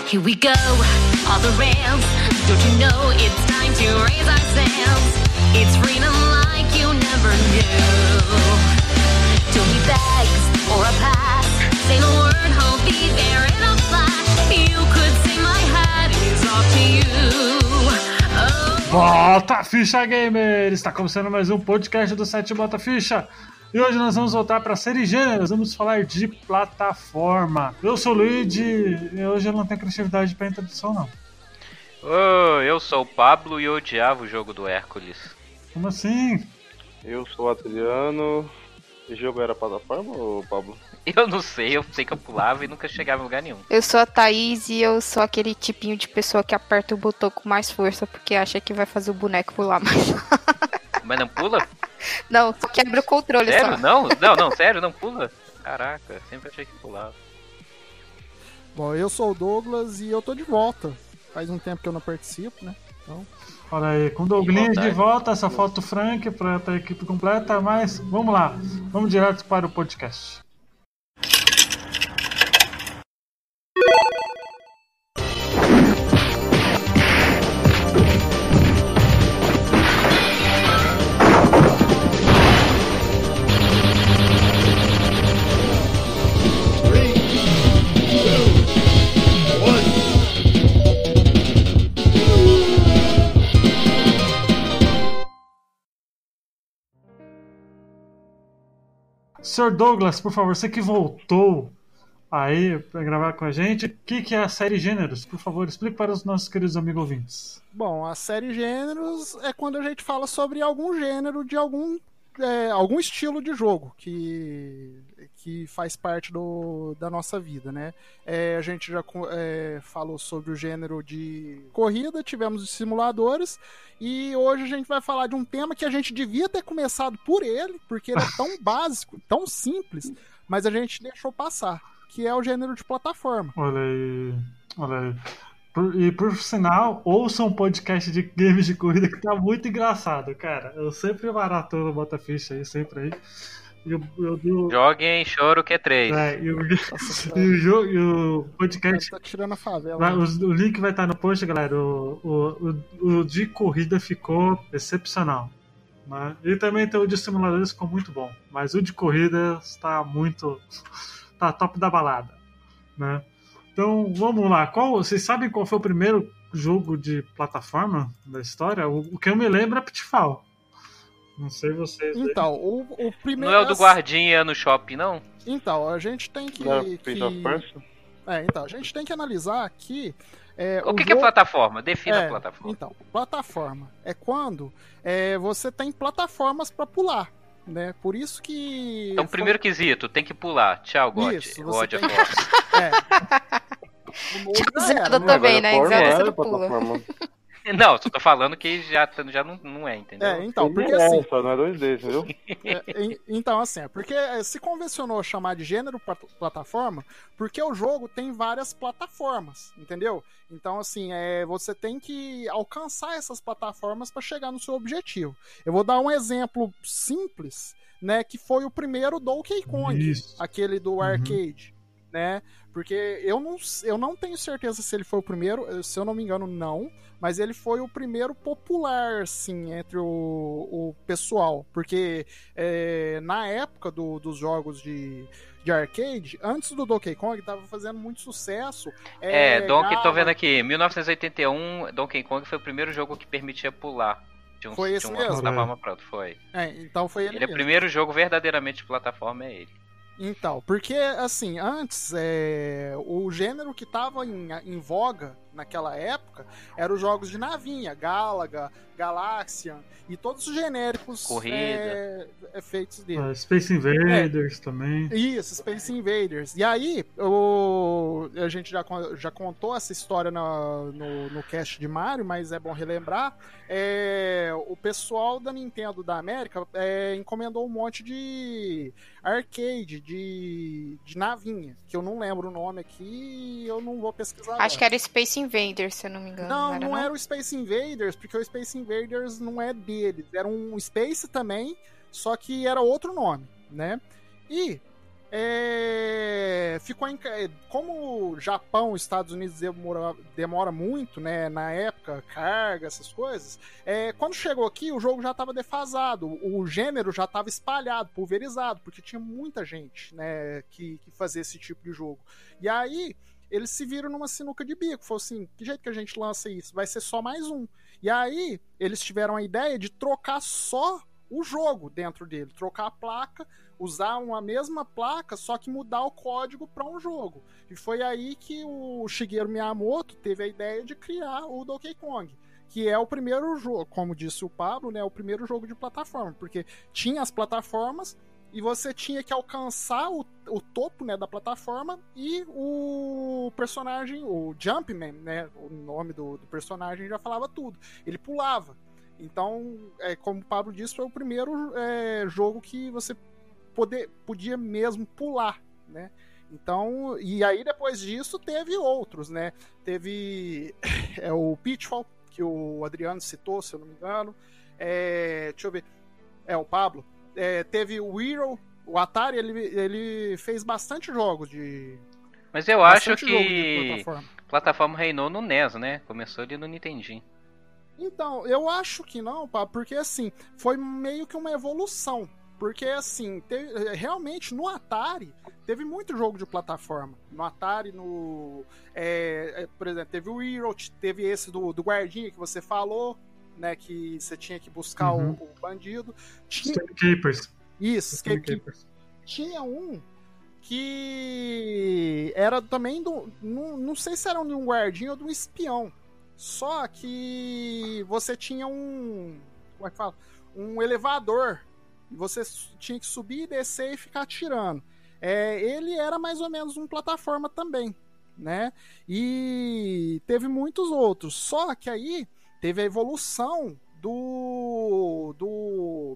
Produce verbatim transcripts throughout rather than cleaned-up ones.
Here we go, all the rails. Don't you know it's time to raise our sails? It's freedom like you never knew. Don't need bags or a pass. Say the word, I'll be there in a flash. You could say my hat is off to you. Oh. Bota Ficha Gamer! Está começando mais um podcast do site Bota Ficha. E hoje nós vamos voltar para a série gêneros, vamos falar de plataforma. Eu sou o Luigi e hoje eu não tenho criatividade para introdução, não. Oh, eu sou o Pablo e eu odiava o jogo do Hércules. Como assim? Eu sou o Adriano. Esse jogo era plataforma ou Pablo? Eu não sei, eu sei que eu pulava e nunca chegava em lugar nenhum. Eu sou a Thaís e eu sou aquele tipinho de pessoa que aperta o botão com mais força porque acha que vai fazer o boneco pular mais. Mas não pula? Não, só quebra o controle. Sério? Só. Não, não, não, sério, não pula? Caraca, sempre achei que pulava. Bom, eu sou o Douglas e eu tô de volta. Faz um tempo que eu não participo, né? Então... Olha aí, com o Douglas de volta, essa foto Frank para a equipe completa, mas vamos lá, vamos direto para o podcast. senhor Douglas, por favor, você que voltou aí para gravar com a gente, o que, que é a série Gêneros? Por favor, explique para os nossos queridos amigos ouvintes. Bom, a série Gêneros é quando a gente fala sobre algum gênero de algum, é, algum estilo de jogo que, que faz parte do, da nossa vida, né? É, a gente já é, falou sobre o gênero de corrida, tivemos os simuladores, e hoje a gente vai falar de um tema que a gente devia ter começado por ele, porque ele é tão básico, tão simples, mas a gente deixou passar, que é o gênero de plataforma. Olha aí, olha aí. Por, e por sinal, ouça um podcast de games de corrida que tá muito engraçado, cara. Eu sempre maratono Bota Ficha aí, sempre aí. Eu, eu, eu, Joguem choro que é três. É, e o, Nossa, e o, jogo, e o podcast. Tá tirando a favela. Vai, o, o link vai estar no post, galera. O, o, o, o de corrida ficou excepcional. Né? E também tem o de simuladores, ficou muito bom. Mas o de corrida está muito. Tá top da balada. Né? Então vamos lá. Qual, vocês sabem qual foi o primeiro jogo de plataforma da história? O, o que eu me lembro é Pitfall. Não sei vocês. Então, o, o primeiro. Não é o do guardinha no shopping, não? Então, a gente tem que. Não, que... que... É, então, a gente tem que analisar que. É, o, o que, jogo... que é plataforma? Defina é, a plataforma. Então, plataforma é quando é, você tem plataformas para pular. Né? Por isso que. Então, primeiro quesito, tem que pular. Tchau, God. Isso, God tem... é forte. É. Tipo, Zelda também, né? Zelda você não pula. Não, só tô falando que já, já não, não é, entendeu? É, então, porque é, assim... Só não é dois D, entendeu? É, então, assim, é porque se convencionou chamar de gênero plataforma porque o jogo tem várias plataformas, entendeu? Então, assim, é, você tem que alcançar essas plataformas para chegar no seu objetivo. Eu vou dar um exemplo simples, né, que foi o primeiro Donkey Kong, Isso. aquele do arcade, uhum. né? Porque eu não, eu não tenho certeza se ele foi o primeiro, se eu não me engano, não. Mas ele foi o primeiro popular, assim, entre o, o pessoal. Porque é, na época do, dos jogos de, de arcade, antes do Donkey Kong, tava fazendo muito sucesso. É, é Donkey, Gala... tô vendo aqui, mil novecentos e oitenta e um, Donkey Kong foi o primeiro jogo que permitia pular. De um, foi esse de um mesmo? plataforma pra outro, foi. É, então foi ele Ele é o mesmo. primeiro jogo verdadeiramente de plataforma, é ele. Então, porque, assim, antes, é, o gênero que tava em, em voga naquela época eram os jogos de navinha, Galaga, Galaxian e todos os genéricos Corrida. É, é, feitos dele. Uh, Space Invaders é. também. Isso, Space Invaders. E aí, o, a gente já, já contou essa história no, no, no cast de Mario, mas é bom relembrar. É, o pessoal da Nintendo da América é, encomendou um monte de arcade, de, de navinha, que eu não lembro o nome aqui e eu não vou pesquisar Acho agora. que era Space Invaders, se eu não me engano. Não, não, era, não não era o Space Invaders, porque o Space Invaders não é deles. Era um Space também, só que era outro nome, né? E é, ficou em, como o Japão, Estados Unidos demora, demora muito, né, na época, carga, essas coisas, é, quando chegou aqui o jogo já estava defasado, o gênero já estava espalhado, pulverizado, porque tinha muita gente, né, que, que fazia esse tipo de jogo. E aí eles se viram numa sinuca de bico, falou assim, que jeito que a gente lança isso? Vai ser só mais um. E aí eles tiveram a ideia de trocar só o jogo dentro dele, trocar a placa, usar uma mesma placa, só que mudar o código para um jogo. E foi aí que o Shigeru Miyamoto teve a ideia de criar o Donkey Kong, que é o primeiro jogo, como disse o Pablo, né, o primeiro jogo de plataforma, porque tinha as plataformas e você tinha que alcançar o, o topo, né, da plataforma, e o personagem, o Jumpman, né, o nome do, do personagem já falava tudo, ele pulava. Então, é, como o Pablo disse, foi o primeiro é, jogo que você poder, podia mesmo pular, né? Então, e aí depois disso teve outros, né? Teve é, o Pitfall, que o Adriano citou, se eu não me engano. É, deixa eu ver. É, o Pablo. É, teve o Hero, o Atari, ele, ele fez bastante jogos de... Mas eu acho bastante jogo de que plataforma. plataforma reinou no N E S, né? Começou ali no Nintendinho. Então, eu acho que não, Pablo, porque assim, foi meio que uma evolução. Porque, assim, teve, realmente no Atari teve muito jogo de plataforma. No Atari, no. É, por exemplo, teve o Hero, teve esse do, do Guardinha que você falou, né? Que você tinha que buscar uhum. o, o bandido. Tinha... Escape-Keepers. Isso, Escape-Keepers. Tinha um que era também do. Não, não sei se era de um guardinha ou de um espião. Só que você tinha um. Como é que fala? Um elevador. Você tinha que subir e descer e ficar atirando. É, ele era mais ou menos uma plataforma também, né? E teve muitos outros. Só que aí teve a evolução do... do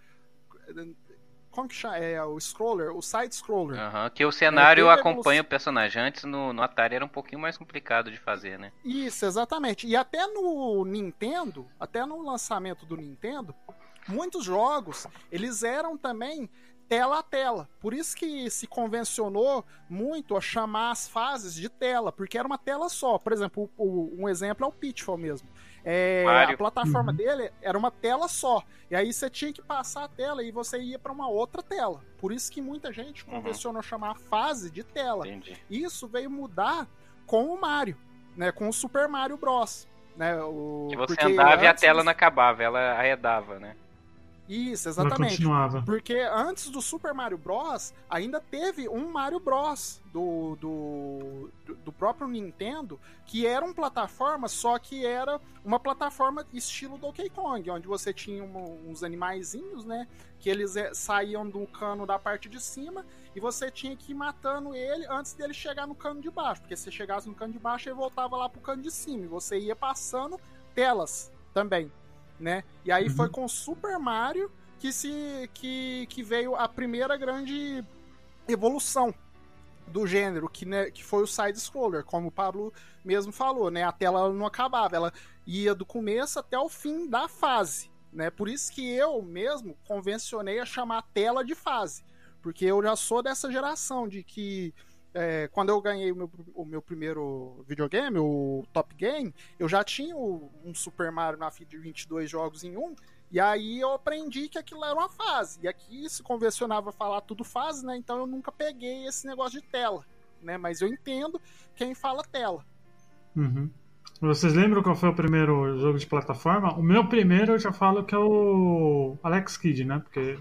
como que chama? É o scroller, o side-scroller. Uhum, que o cenário é, acompanha o personagem. Antes no, no Atari era um pouquinho mais complicado de fazer, né? Isso, exatamente. E até no Nintendo, até no lançamento do Nintendo, muitos jogos, eles eram também tela a tela. Por isso que se convencionou muito a chamar as fases de tela, porque era uma tela só. Por exemplo, o, o, um exemplo é o Pitfall mesmo. É, a plataforma uhum. dele era uma tela só. E aí você tinha que passar a tela e você ia para uma outra tela. Por isso que muita gente convencionou uhum. chamar a fase de tela. Entendi. Isso veio mudar com o Mario, né, com o Super Mario Bros. Né, o... Que você andava e a tela não acabava, ela arredava, né? Isso, exatamente. Porque antes do Super Mario Bros, ainda teve um Mario Bros do, do, do próprio Nintendo, que era uma plataforma, só que era uma plataforma estilo Donkey Kong, onde você tinha um, uns animaizinhos, né? Que eles saíam do cano da parte de cima e você tinha que ir matando ele antes dele chegar no cano de baixo. Porque se você chegasse no cano de baixo, ele voltava lá pro cano de cima. E você ia passando telas também. Né? E aí uhum. foi com Super Mario que, se, que, que veio a primeira grande evolução do gênero, que, né, que foi o side-scroller, como o Pablo mesmo falou, né? A tela ela não acabava, ela ia do começo até o fim da fase, né? Por isso que eu mesmo convencionei a chamar a tela de fase, porque eu já sou dessa geração de que É, quando eu ganhei o meu, o meu primeiro videogame, o Top Game, eu já tinha o, um Super Mario na fita de vinte e dois jogos em um, e aí eu aprendi que aquilo era uma fase. E aqui se convencionava falar tudo fase, né? Então eu nunca peguei esse negócio de tela, né? Mas eu entendo quem fala tela. Uhum. Vocês lembram qual foi o primeiro jogo de plataforma? O meu primeiro eu já falo que é o Alex Kidd, né? Porque...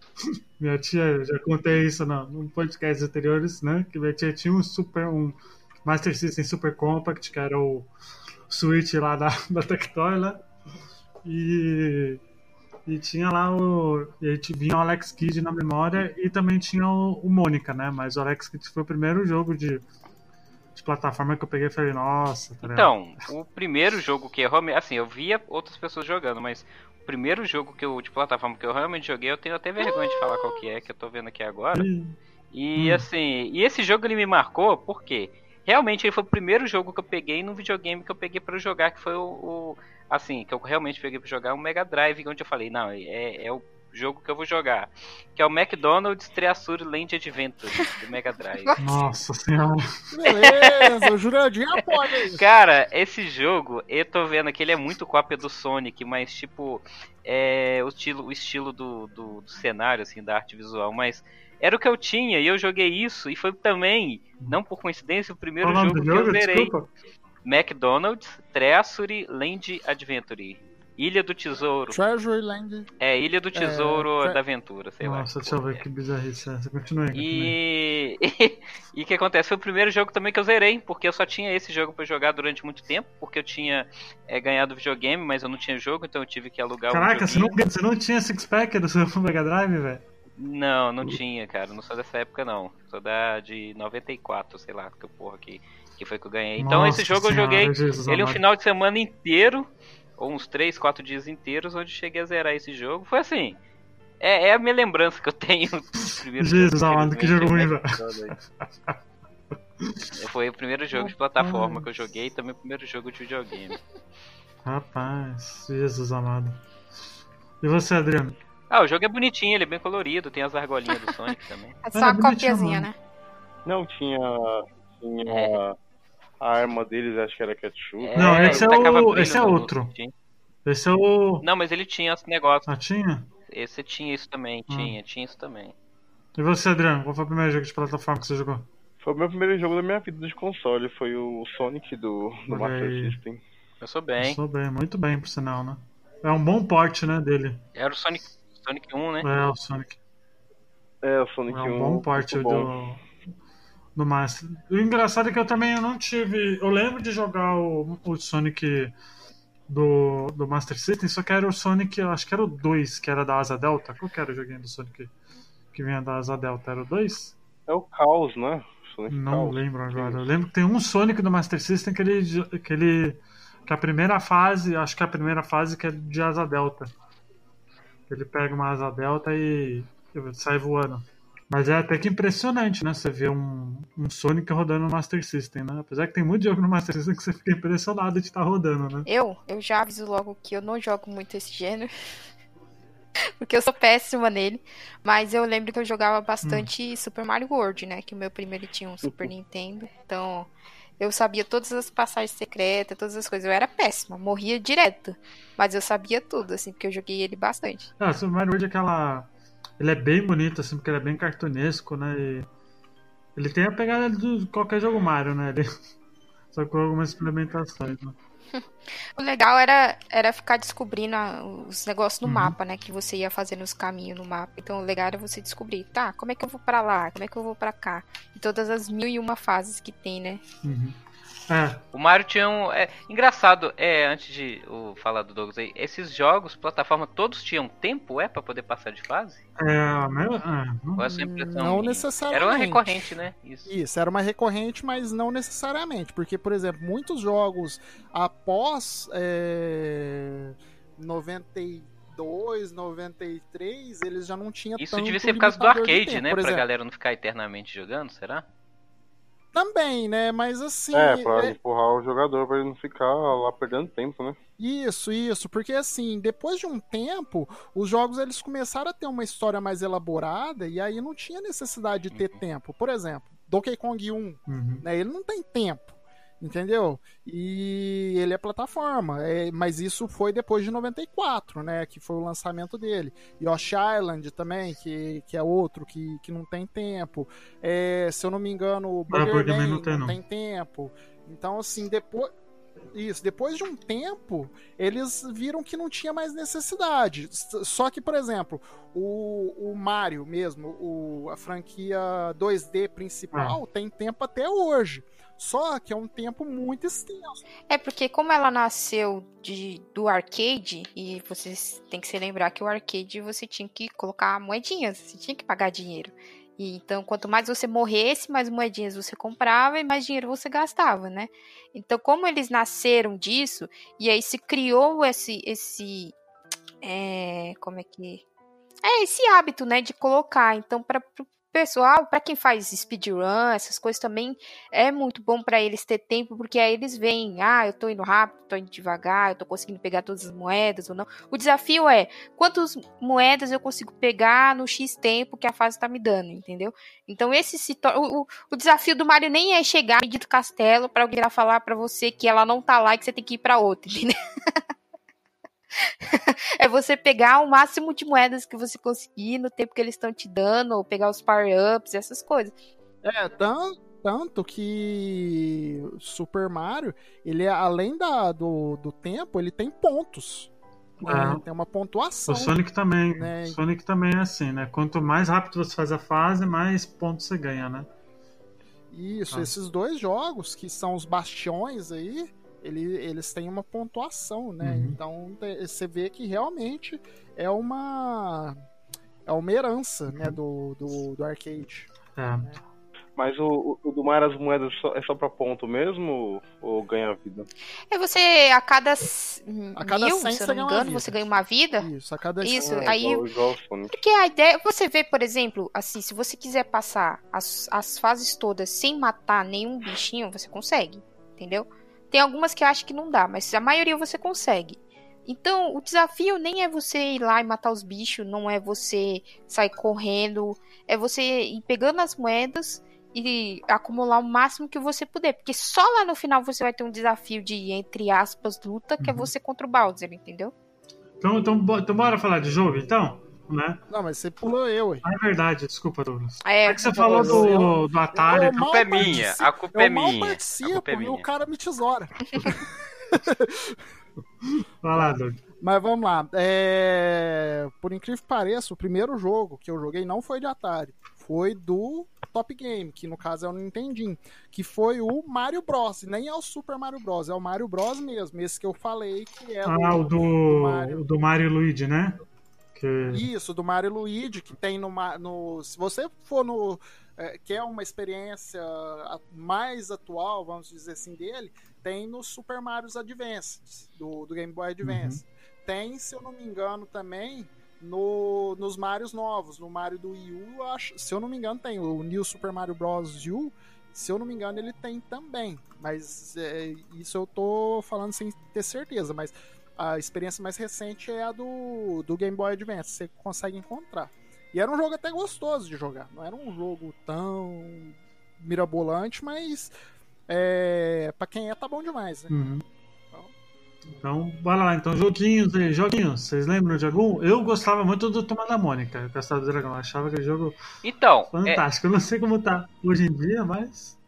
minha tia, já contei isso no, no podcast anteriores, né? Que minha tia tinha um super, um Master System Super Compact, que era o Switch lá da, da Tectoy, né? E, e tinha lá o. E aí vinha o Alex Kidd na memória e também tinha o, o Mônica, né? Mas o Alex Kidd foi o primeiro jogo de, de plataforma que eu peguei e falei, nossa, tá Então, o primeiro jogo que eu realmente. Assim, eu via outras pessoas jogando, mas. O primeiro jogo que eu, de plataforma que eu realmente joguei, eu tenho até vergonha de falar qual que é, que eu tô vendo aqui agora. Hum. E hum. assim, e esse jogo ele me marcou porque realmente ele foi o primeiro jogo que eu peguei no videogame que eu peguei pra jogar, que foi o, o assim, que eu realmente peguei pra jogar, o Mega Drive, onde eu falei, não, é, é o jogo que eu vou jogar, que é o McDonald's Treasure Land Adventure do Mega Drive. Nossa senhora. Beleza, o Jurandir apoia isso. Cara, esse jogo, eu tô vendo que ele é muito cópia do Sonic, mas tipo, é o estilo, o estilo do, do, do cenário, assim, da arte visual, mas era o que eu tinha e eu joguei isso, e foi também, não por coincidência, o primeiro Qual o jogo nome que do eu jogo? zerei. Desculpa. McDonald's Treasure Land Adventure. Ilha do Tesouro. Treasure Land. É, Ilha do Tesouro É, tre- da Aventura, sei lá. Nossa, que deixa eu porra ver é. que bizarrice é essa. Continua aí. continua aí. E e o que acontece? Foi o primeiro jogo também que eu zerei, porque eu só tinha esse jogo pra jogar durante muito tempo, porque eu tinha é, ganhado videogame, mas eu não tinha jogo, então eu tive que alugar o Caraca, você videogame. não, você não tinha six-pack do seu Mega Drive, velho? Não, não tinha, cara. Não sou dessa época, não. Sou da de noventa e quatro, sei lá, que porra que, que foi que eu ganhei. Então Nossa esse jogo eu senhora, joguei Jesus ele um amado. final de semana inteiro, ou uns três, quatro dias inteiros, onde cheguei a zerar esse jogo. Foi assim, é, é a minha lembrança que eu tenho do primeiro Jesus jogo. amado, que jogo ruim, velho. Foi o primeiro jogo de plataforma que eu joguei e também o primeiro jogo de videogame. Rapaz, Jesus amado. E você, Adriano? Ah, o jogo é bonitinho, ele é bem colorido, tem as argolinhas do Sonic também. É só Era uma bonitinho, copiazinha, mano. né? Não, tinha. Tinha. É. A arma deles, acho que era ketchup. É, Não, esse ele é tacava o- brilho esse é no- no outro. Steam. Esse é o. Não, mas ele tinha esse negócio. Ah, tinha? Esse tinha isso também, Hum. tinha, tinha isso também. E você, Adriano? Qual foi o primeiro jogo de plataforma que você jogou? Foi o meu primeiro jogo da minha vida de console. Foi o Sonic do, do Olha Master aí. System. Eu sou bem. Sou bem, muito bem, por sinal, né? É um bom porte, né, dele. Era o Sonic, Sonic um, né? É, o Sonic. É, o Sonic É um. um bom porte muito bom. do, do Master. O engraçado é que eu também eu não tive. Eu lembro de jogar o, o Sonic do, do Master System, só que era o Sonic, eu acho que era o dois, que era da Asa Delta. Qual que era o joguinho do Sonic que vinha da Asa Delta? Era o dois? É o Caos, né? Sonic Não Chaos. lembro agora. Eu lembro que tem um Sonic do Master System que ele. Que, ele, que a primeira fase, acho que é a primeira fase que é de Asa Delta. Ele pega uma Asa Delta e sai voando. Mas é até que impressionante, né? Você vê um, um Sonic rodando no Master System, né? Apesar que tem muito jogo no Master System que você fica impressionado de estar rodando, né? Eu, eu já aviso logo que eu não jogo muito esse gênero. Porque eu sou péssima nele. Mas eu lembro que eu jogava bastante Super Mario World, né? Que o meu primeiro tinha um Super Nintendo. Então, eu sabia todas as passagens secretas, todas as coisas. Eu era péssima, morria direto. Mas eu sabia tudo, assim, porque eu joguei ele bastante. Ah, o Super Mario World é aquela... Ele é bem bonito, assim, porque ele é bem cartunesco, né? E ele tem a pegada de qualquer jogo Mario, né? Ele... Só com algumas implementações, né? O legal era, era ficar descobrindo a- os negócios no Uhum. mapa, né? Que você ia fazendo os caminhos no mapa. Então o legal era você descobrir, tá, como é que eu vou pra lá? Como é que eu vou pra cá? E todas as mil e uma fases que tem, né? Uhum. É, O Mario tinha um. É, engraçado, é, antes de o, falar do Douglas aí, esses jogos, plataforma, todos tinham tempo, é, pra poder passar de fase? é a mesma... é, Ou é só impressão Não minha? necessariamente. Era uma recorrente, né? Isso. Isso, era uma recorrente, mas não necessariamente. Porque, por exemplo, muitos jogos após é, noventa e dois, noventa e três, eles já não tinham Isso tanto devia ser por causa do limitador de arcade, tempo. né? Por Pra exemplo, galera não ficar eternamente jogando, será? também, né? Mas assim. É, pra é- empurrar o jogador pra ele não ficar lá perdendo tempo, né? Isso, isso, porque assim, depois de um tempo, os jogos eles começaram a ter uma história mais elaborada e aí não tinha necessidade de ter tempo. Por exemplo, Donkey Kong um, uhum. né, ele não tem tempo, entendeu? E ele é plataforma, é, mas isso foi depois de noventa e quatro, né, que foi o lançamento dele. Yoshi Island também, que, que é outro que, que não tem tempo. É, se eu não me engano, o Ah, Burger Burger Man Man não tem, não não. tem tempo. Então, assim, depois... Isso, depois de um tempo, eles viram que não tinha mais necessidade. S- Só que, por exemplo, o, o Mario mesmo, o, a franquia dois D principal, tem tempo até hoje. Só que é um tempo muito extenso. É porque como ela nasceu de, do arcade, e vocês têm que se lembrar que o arcade você tinha que colocar moedinhas, você tinha que pagar dinheiro. E então, quanto mais você morresse, mais moedinhas você comprava e mais dinheiro você gastava, né? Então, como eles nasceram disso, e aí se criou esse, esse é, como é que... É, esse hábito, né, de colocar. Então, para pessoal, pra quem faz speedrun, essas coisas também, é muito bom pra eles ter tempo, porque aí eles veem, ah, eu tô indo rápido, tô indo devagar, eu tô conseguindo pegar todas as moedas ou não. O desafio é, quantas moedas eu consigo pegar no X tempo que a fase tá me dando, entendeu? Então esse se torna... O, o desafio do Mario nem é chegar no dito castelo pra alguém falar pra você que ela não tá lá e que você tem que ir pra outra, entendeu? É você pegar o máximo de moedas que você conseguir no tempo que eles estão te dando, ou pegar os power-ups, essas coisas. É, tanto, tanto que Super Mario, ele além da, do, do tempo, ele tem pontos. Né? Ah. Tem uma pontuação. O Sonic também. Né? O Sonic também é assim, né? Quanto mais rápido você faz a fase, mais pontos você ganha, né? Isso, Ah. esses dois jogos, que são os bastiões aí, Ele, eles têm uma pontuação, né? Uhum. Então você vê que realmente é uma é uma herança, né, do, do, do arcade. É. Mas o, o do Mario as moedas só, é só pra ponto mesmo ou ganha vida? É você, a cada, A cada mil, cem se eu você não me ganha uma engano, vida. você ganha uma vida. Isso, a cada Isso, É, aí... igual, igual o Sonic. Porque a ideia, você vê, por exemplo, assim, se você quiser passar as, as fases todas sem matar nenhum bichinho, você consegue, entendeu? Tem algumas que eu acho que não dá, mas a maioria você consegue. Então, o desafio nem é você ir lá e matar os bichos, não é você sair correndo, é você ir pegando as moedas e acumular o máximo que você puder. Porque só lá no final você vai ter um desafio de, entre aspas, luta, que Uhum. é você contra o Bowser, entendeu? Então, então, bo- então bora falar de jogo, então? Né? Não, mas você pulou eu, ué. Ah, é verdade, desculpa, Douglas. É, É que você falou do, do Atari. Eu A mal culpa é minha, participo- a culpa é eu mal minha. A participo culpa é e o minha. cara me tesoura. Vai lá, Douglas. Mas vamos lá. É... Por incrível que pareça, o primeiro jogo que eu joguei não foi de Atari. Foi do Top Game, que no caso é o Nintendinho. Que foi o Mario Bros. Nem é o Super Mario Bros. É o Mario Bros mesmo. Esse que eu falei que é Ah, o do, do Mario. o do Mario e Luigi, né? Que... Isso, do Mario e Luigi, que tem no, ma- no. Se você for no. É, quer uma experiência a- mais atual, vamos dizer assim, dele, tem no Super Mario Advance, do, do Game Boy Advance. Tem, se eu não me engano, também no, nos Marios novos. No Mario do Wii U, eu acho, se eu não me engano, tem o New Super Mario Bros. U. Se eu não me engano, ele tem também. Mas é, isso eu tô falando sem ter certeza. Mas a experiência mais recente é a do, do Game Boy Advance. Você consegue encontrar. E era um jogo até gostoso de jogar. Não era um jogo tão mirabolante, mas é, pra quem é, tá bom demais, né? Uhum. Então, bora lá. Então, joguinhos aí, joguinhos. Vocês lembram de algum? Eu gostava muito do Turma da Mônica, Castelo do Dragão. Eu achava aquele jogo Então, é, fantástico. Eu não sei como tá hoje em dia, mas...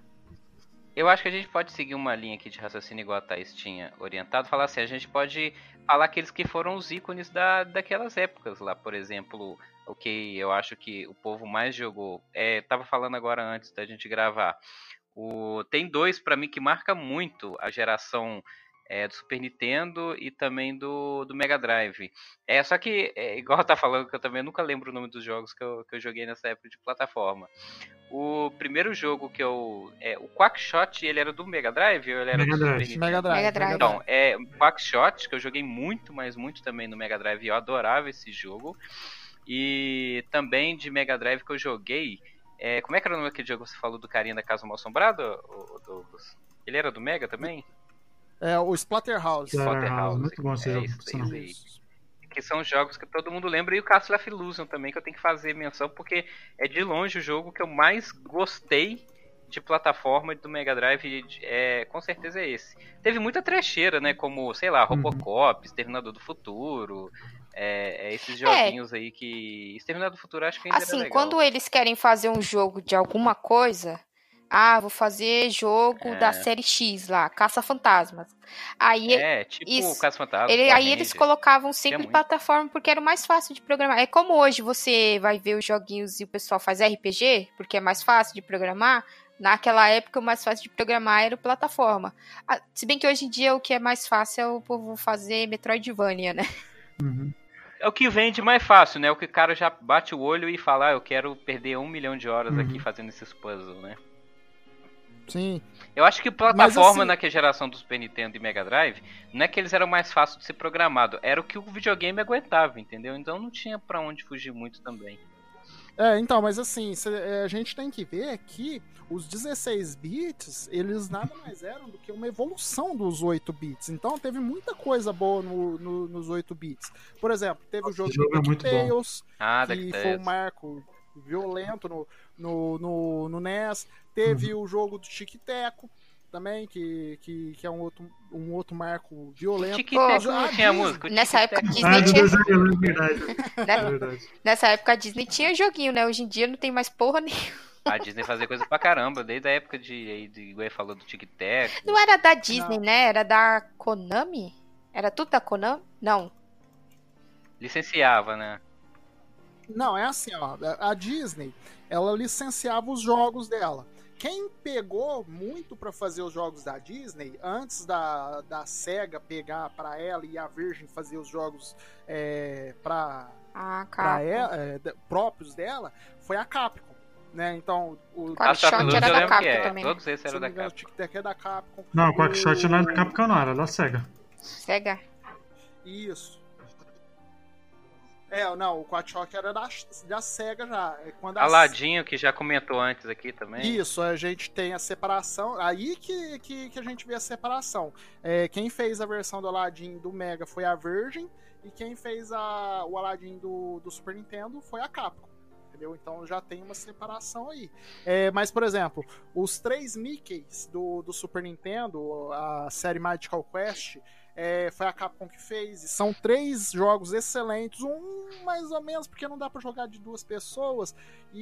eu acho que a gente pode seguir uma linha aqui de raciocínio igual a Thaís tinha orientado. Falar assim, a gente pode falar aqueles que foram os ícones da, daquelas épocas lá. Por exemplo, o que eu acho que o povo mais jogou. É, tava falando agora antes da gente gravar. O, tem dois pra mim que marca muito a geração é, do Super Nintendo e também do, do Mega Drive. É, só que, é, igual tá falando, que eu também nunca lembro o nome dos jogos que eu, que eu joguei nessa época de plataforma. O primeiro jogo que eu... É, o Quackshot, ele era do Mega Drive ou ele era Mega do Super Drive. Nintendo? Mega Drive. Mega Drive. Então, é o Quackshot, que eu joguei muito, mas muito também no Mega Drive, e eu adorava esse jogo. E também de Mega Drive que eu joguei... É, como é que era o nome daquele jogo que você falou do carinha da Casa Mal Assombrada, Douglas? Ele era do Mega também? É o Splatterhouse. Claro. Splatterhouse. muito bom esse é jogo, isso, por sinal. aí. Que são jogos que todo mundo lembra. E o Castle of Illusion também, que eu tenho que fazer menção, porque é de longe o jogo que eu mais gostei de plataforma do Mega Drive. É, com certeza é esse. Teve muita trecheira, né? Como, sei lá, Robocop, Exterminador do Futuro. É, é esses joguinhos aí que... Exterminador do Futuro acho que ainda era Assim, legal. quando eles querem fazer um jogo de alguma coisa, ah, vou fazer jogo É. da série X lá, Caça-Fantasmas. Aí, É, tipo isso. o Caso Fantasma. ele, Power aí eles Rangers. colocavam sempre muito. plataforma porque era o mais fácil de programar. É como hoje você vai ver os joguinhos e o pessoal faz R P G, porque é mais fácil de programar. Naquela época, o mais fácil de programar era o plataforma. Ah, se bem que hoje em dia o que é mais fácil é o povo fazer Metroidvania, né? Uhum. É o que vende mais fácil, né? O que o cara já bate o olho e fala, ah, eu quero perder um milhão de horas Uhum. aqui fazendo esses puzzles, né? Sim. Eu acho que plataforma Mas, assim- naquela geração do Super Nintendo e Mega Drive, não é que eles eram mais fáceis de ser programado, era o que o videogame aguentava, entendeu? Então não tinha pra onde fugir muito também. É, então, mas assim, cê, é, a gente tem que ver que os dezesseis bits, eles nada mais eram do que uma evolução dos oito bits. Então teve muita coisa boa no, no, nos oito bits. Por exemplo, teve o jogo, Esse jogo é de muito DuckTales, Ah, que DuckTales. foi um marco violento no, no, no, no N E S. Teve o jogo do Tic Teco também, que, que, que é um outro, um outro marco violento. Tic Tac Ah, não tinha Disney. música. o Nessa Tic época, Tac- Disney Ah, do tinha- desenho, é verdade. É Né? verdade. Nessa época a Disney tinha joguinho, né? Hoje em dia não tem mais porra nenhuma. A Disney fazia coisa pra caramba, desde a época de, aí, de igual ele falou do Tic Tac. Não era da Disney, Não. né? Era da Konami? Era tudo da Konami? Não. Licenciava, né? Não, é assim, ó. A Disney, ela licenciava os jogos dela. Quem pegou muito pra fazer os jogos da Disney, antes da, da SEGA pegar pra ela e a Virgin fazer os jogos é, pra, Ah, pra cara. ela, é, de- próprios dela, foi a Capcom. Né? Então, o Qual- A Shark Shot Luz era eu da lembro que Capcom é. também, né? Todos esses se eram não da me engano, o Capcom. Tic Tac é da Capcom. Não, o Quackshot não era da Capcom, não, era da SEGA. Sega. Isso. É, não, o Quackshot era da, da SEGA já. É quando a Aladinho, que já comentou antes aqui também. Isso, a gente tem a separação. Aí que, que, que a gente vê a separação. É, quem fez a versão do Aladdin do Mega foi a Virgin, e quem fez a, o Aladdin do, do Super Nintendo foi a Capcom. Entendeu? Então já tem uma separação aí. É, mas, por exemplo, os três Mickeys do, do Super Nintendo, a série Magical Quest, é, foi a Capcom que fez. E são três jogos excelentes, um mais ou menos, porque não dá pra jogar de duas pessoas.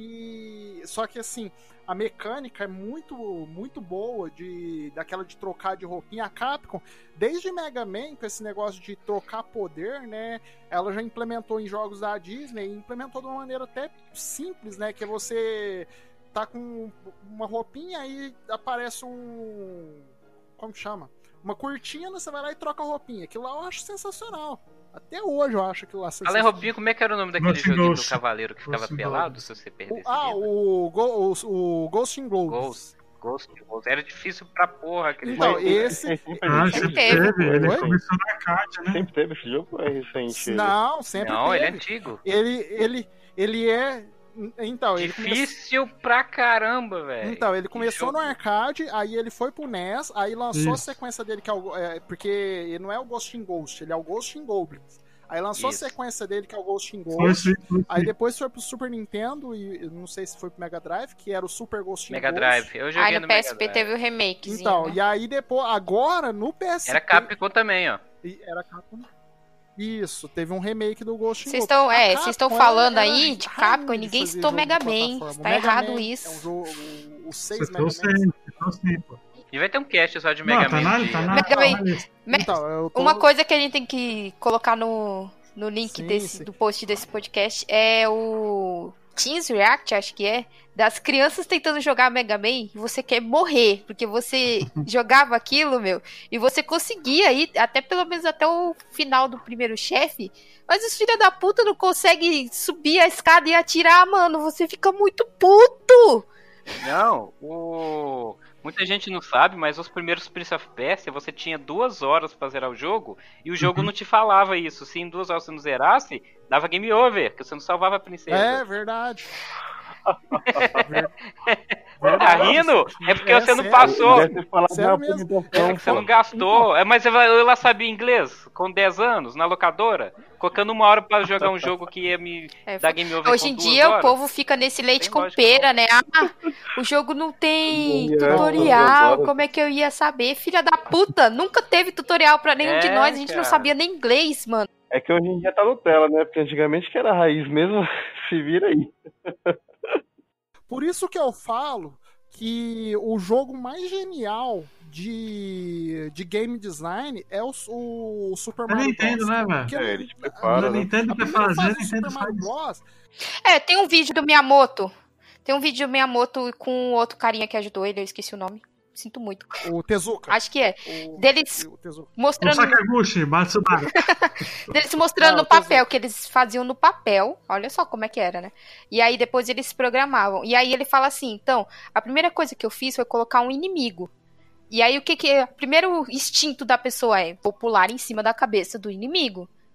E só que assim, a mecânica é muito, muito boa de daquela de trocar de roupinha. A Capcom, desde Mega Man, com esse negócio de trocar poder, né? Ela já implementou em jogos da Disney, e implementou de uma maneira até simples, né? Que é você tá com uma roupinha e aparece um, como que chama? Uma cortina, você vai lá e troca a roupinha. Aquilo lá eu acho sensacional. Até hoje eu acho aquilo lá Falei sensacional. roupinha, como é que era o nome daquele Ghost joguinho Ghost. do cavaleiro que ficava Ghost pelado Ghost. se você O- perdesse ah, vida? o, Go- o, o Ghost in Globes. Ghost. Ghost, Ghost. Era difícil pra porra aquele Então, jogo. esse... Sempre Ah, existiu? sempre teve. teve. Ele Oi? começou na arcade, né? Sempre teve esse jogo ou é recente? Não, sempre Não, ele é teve. antigo. Ele, ele, ele é... Então, ele come- Difícil pra caramba, velho. Então, ele Que começou jogo. no arcade, aí ele foi pro N E S, aí lançou a Isso. sequência dele, que é o... É, porque ele não é o Ghost in Ghost, ele é o Ghost in Goblins. Aí lançou Isso. a sequência dele, que é o Ghost in Foi Ghost. sim, foi Aí sim. depois foi pro Super Nintendo, e eu não sei se foi pro Mega Drive, que era o Super Ghost in Mega Ghost. Drive. Eu joguei Aí no no P Mega S P Drive. teve o remakezinho. Então, né? e aí depois, agora no P S P... Era Capcom também, ó. E Era Capcom. Isso, teve um remake do Ghost in Vocês Ghost. estão, A é, Capcom vocês estão era- falando era aí de rainha Capcom e de ninguém fazer citou jogo Mega de Man. plataforma. Tá O Mega errado Man isso. É um jogo, o- os seis Você Mega trouxe Man. aí, você trouxe aí, pô. E vai ter um cast só de Mega Não, tá Man. na, de- tá na, Mega tá Man. na lista. Me- Então, eu tô... Uma coisa que a gente tem que colocar no, no link Sim, desse, sim. do post desse podcast é o Teens React, acho que é, das crianças tentando jogar Mega Man e você quer morrer, porque você jogava aquilo, meu, e você conseguia ir até pelo menos até o final do primeiro chefe, mas os filhos da puta não conseguem subir a escada e atirar, mano, você fica muito puto! Não, o... muita gente não sabe, mas os primeiros Prince of Persia você tinha duas horas pra zerar o jogo e o jogo Uhum. não te falava isso. Se em duas horas você não zerasse, dava game over, que você não salvava a princesa. É, verdade. Tá rindo? É porque É você não sério. passou. Deve ter falado Sério na mesmo. apresentação, É que você não pô. gastou. É, mas eu, eu lá sabia inglês com dez anos, na locadora, colocando uma hora pra jogar um jogo que ia me É, dar game over Hoje com em duas dia horas. o povo fica nesse leite Tem com lógica, pera, né? Ah, o jogo não tem Tutorial, duas tutorial, horas. como é que eu ia saber? Filha da puta, nunca teve tutorial pra nenhum de É, nós, a gente não cara. sabia nem inglês, mano. É que hoje em dia tá Nutella, né? Porque antigamente que era raiz mesmo, se vira aí. Por isso que eu falo que o jogo mais genial de, de game design é o, o Super É Mario Nintendo, Bros. né, velho? Porque É, ele te a- prepara, A né? Nintendo a quer primeira fazer, a fase do Nintendo Super Mario faz. Bros. É, tem um vídeo do Miyamoto. Tem um vídeo do Miyamoto com outro carinha que ajudou ele, eu esqueci o nome. Sinto muito. O Tezuka. Acho que é. O, Deles o Tezuka. O mostrando, Sakaguchi, Matsubara. deles mostrando Não, no papel, Tezuka. que eles faziam no papel. Olha só como é que era, né? E aí depois eles se programavam. E aí ele fala assim, então, a primeira coisa que eu fiz foi colocar um inimigo. E aí o que que é? O primeiro instinto da pessoa é vou pular em cima da cabeça do inimigo.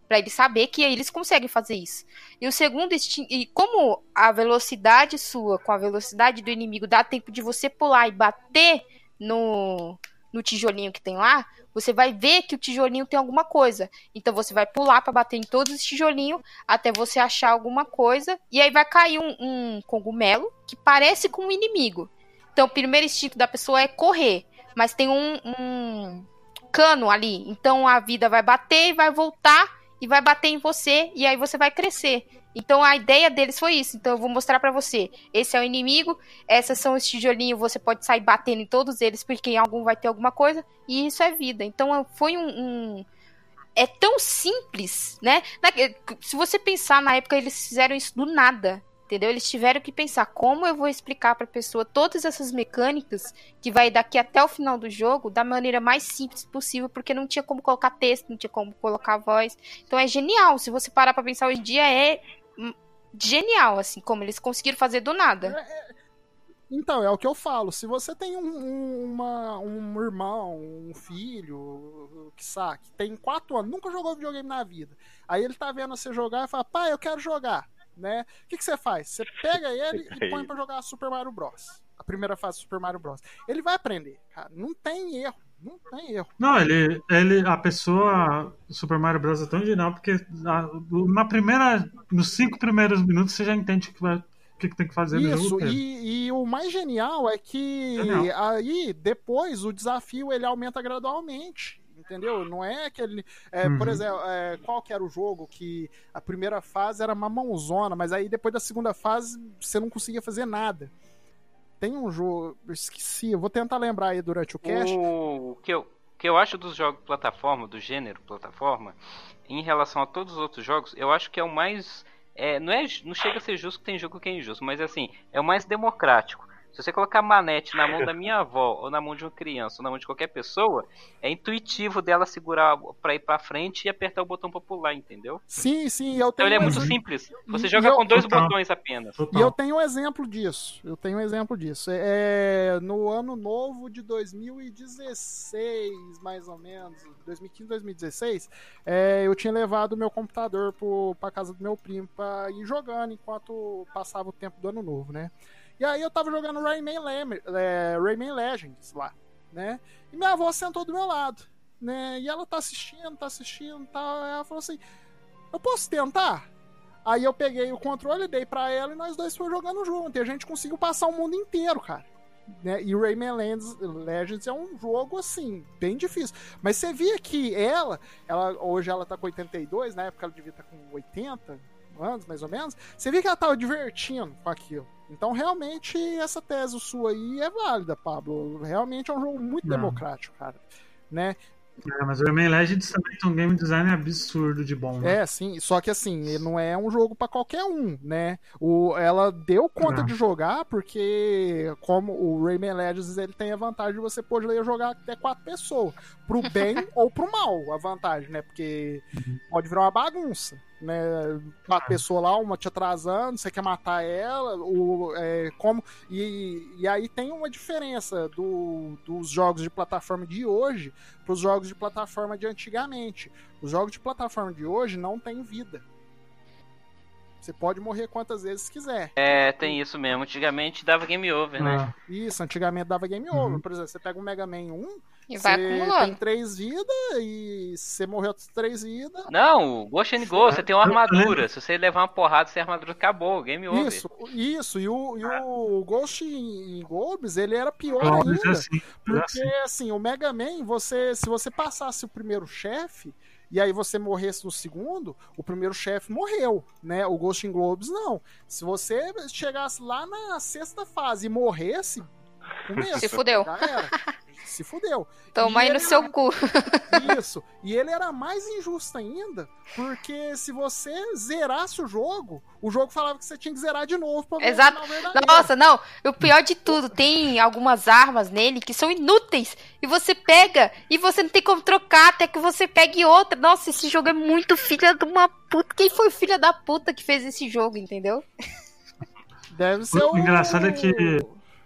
Pra ele saber que eles conseguem fazer isso. E o segundo instinto... E como a velocidade sua com a velocidade do inimigo dá tempo de você pular e bater no, no tijolinho que tem lá, você vai ver que o tijolinho tem alguma coisa. Então você vai pular pra bater em todos os tijolinhos até você achar alguma coisa. E aí vai cair um, um cogumelo que parece com um inimigo. Então o primeiro instinto da pessoa é correr. Mas tem um, um cano ali. Então a vida vai bater e vai voltar e vai bater em você. E aí você vai crescer. Então a ideia deles foi isso. Então eu vou mostrar pra você. Esse é o inimigo. Esses são os tijolinhos. Você pode sair batendo em todos eles. Porque em algum vai ter alguma coisa. E isso é vida. Então foi um... um... É tão simples, né? Se você pensar, na época eles fizeram isso do nada. Entendeu? Eles tiveram que pensar como eu vou explicar pra pessoa todas essas mecânicas que vai daqui até o final do jogo da maneira mais simples possível, porque não tinha como colocar texto, não tinha como colocar voz. Então é genial. Se você parar pra pensar hoje em dia, é genial, assim, como eles conseguiram fazer do nada. É, é... Então, é o que eu falo. Se você tem um, um, uma, um irmão, um filho, que sabe, tem quatro anos, nunca jogou videogame na vida. Aí ele tá vendo você jogar e fala, pai, eu quero jogar. Né? O que, que você faz? Você pega ele e põe pra jogar Super Mario Bros. A primeira fase do Super Mario Bros. Ele vai aprender, cara. Não tem erro. Não tem erro. Não, ele, ele a pessoa Super Mario Bros. É tão genial porque a, na primeira, nos cinco primeiros minutos você já entende o que, vai, o que tem que fazer no Isso, jogo. E, e o mais genial é que genial. Aí depois o desafio ele aumenta gradualmente. Entendeu? Não é aquele... É, uhum. Por exemplo, é, qual que era o jogo que a primeira fase era mamãozona, mas aí depois da segunda fase você não conseguia fazer nada. Tem um jogo... Eu esqueci, eu vou tentar lembrar aí durante o cast. O que eu, que eu acho dos jogos plataforma, do gênero plataforma, em relação a todos os outros jogos, eu acho que é o mais... É, não, é, não chega a ser justo que tem jogo que é injusto, mas assim, é o mais democrático. Se você colocar manete na mão da minha avó, ou na mão de uma criança, ou na mão de qualquer pessoa, é intuitivo dela segurar pra ir pra frente e apertar o botão pra pular, entendeu? Sim, sim. Eu então tenho ele é um muito exemplo. simples. Você E joga eu... com dois Total. botões apenas. Total. E eu tenho um exemplo disso. Eu tenho um exemplo disso. É, no ano novo de dois mil e dezesseis, mais ou menos, dois mil e quinze, dois mil e dezesseis, é, eu tinha levado o meu computador pro, pra casa do meu primo pra ir jogando enquanto passava o tempo do ano novo, né? E aí eu tava jogando Rayman, Le- é, Rayman Legends lá, né? E minha avó sentou do meu lado, né? E ela tá assistindo, tá assistindo, tá... Ela falou assim, eu posso tentar? Aí eu peguei o controle, dei pra ela e nós dois fomos jogando junto. E a gente conseguiu passar o mundo inteiro, cara. Né? E Rayman Legends, Legends é um jogo, assim, bem difícil. Mas você via que ela, ela hoje ela tá com oitenta e dois, na época ela devia estar com oitenta anos, mais ou menos. Você via que ela tava divertindo com aquilo. Então, realmente, essa tese sua aí é válida, Pablo. Realmente é um jogo muito Não. democrático, cara. Né? É, mas o Rayman Legends também tem um game design absurdo de bom. Né? É, sim. Só que, assim, ele não é um jogo pra qualquer um, né? O, ela deu conta Não. de jogar porque, como o Rayman Legends, ele tem a vantagem de você poder jogar até quatro pessoas. Pro bem ou pro mal, a vantagem, né? Porque Uhum. pode virar uma bagunça. Né, quatro pessoas lá, uma te atrasando, você quer matar ela, o, é, como, e, e aí tem uma diferença do, dos jogos de plataforma de hoje para os jogos de plataforma de antigamente. Os jogos de plataforma de hoje não tem vida. Você pode morrer quantas vezes quiser. É, tem isso mesmo. Antigamente dava game over, né? Ah, Isso, antigamente dava game over. Uhum. Por exemplo, você pega um Mega Man um, E vai você acumulando. tem três vidas e você morreu três vidas. Não, o Ghost and Ghost, você tem uma armadura. Se você levar uma porrada, você armadura acabou, game over. Isso, isso. E o, e o Ghost in Globes, ele era pior Globes é ainda. assim, é Porque, assim. assim, o Mega Man, você, se você passasse o primeiro chefe, e aí você morresse no segundo, o primeiro chefe morreu, né? O Ghost in Globes, não. Se você chegasse lá na sexta fase e morresse, começo, Se fudeu. já era. Se fudeu. Toma E aí no ele seu era- cu. Isso. E ele era mais injusto ainda, porque se você zerasse o jogo, o jogo falava que você tinha que zerar de novo pra ver Exato. o final verdadeiro. Nossa, não. O pior de tudo, tem algumas armas nele que são inúteis. E você pega e você não tem como trocar até que você pegue outra. Nossa, esse jogo é muito filha de uma puta. Quem foi filha da puta que fez esse jogo, entendeu? Deve ser O engraçado é que-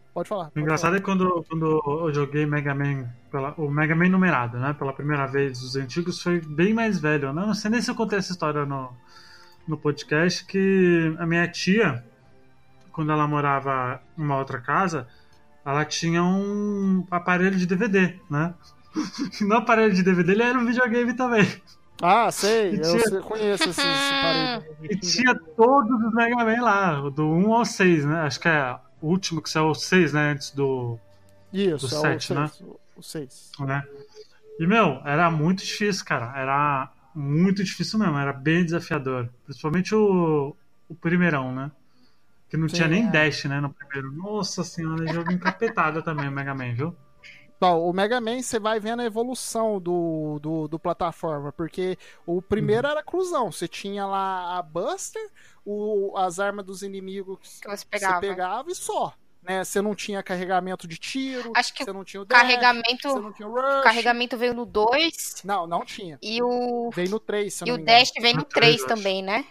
Pode falar. O pode engraçado falar. é que quando, quando eu joguei Mega Man, pela, o Mega Man numerado, né? Pela primeira vez, os antigos, foi bem mais velho. Eu não sei nem se eu contei essa história no, no podcast, que a minha tia, quando ela morava em uma outra casa, ela tinha um aparelho de D V D, né? E no aparelho de D V D ele era um videogame também. Ah, sei, E eu tinha- sei- conheço esse, esse parede. E tinha todos os Mega Man lá, do um ao seis, né? Acho que é o último que saiu o seis, né? Antes do... Isso, do é sete, o né? seis. O seis. né? E, meu, era muito difícil, cara. Era muito difícil mesmo, era bem desafiador. Principalmente o, o primeirão, né? Que não Sim, tinha nem é. dash, né, no primeiro. Nossa senhora, jogo encapetado também o Mega Man, viu? Bom, o Mega Man, você vai vendo a evolução do, do, do plataforma, porque o primeiro Uhum. era cruzão, você tinha lá a Buster, o, as armas dos inimigos Que você que pegava. você pegava e só. Né? Você não tinha carregamento de tiro, Acho que você não tinha o O dash, carregamento, você não tinha o rush. o carregamento veio no dois Não, não tinha. e o, Veio no três, se eu e não o me engano. dash veio no No três, três eu acho. também, né?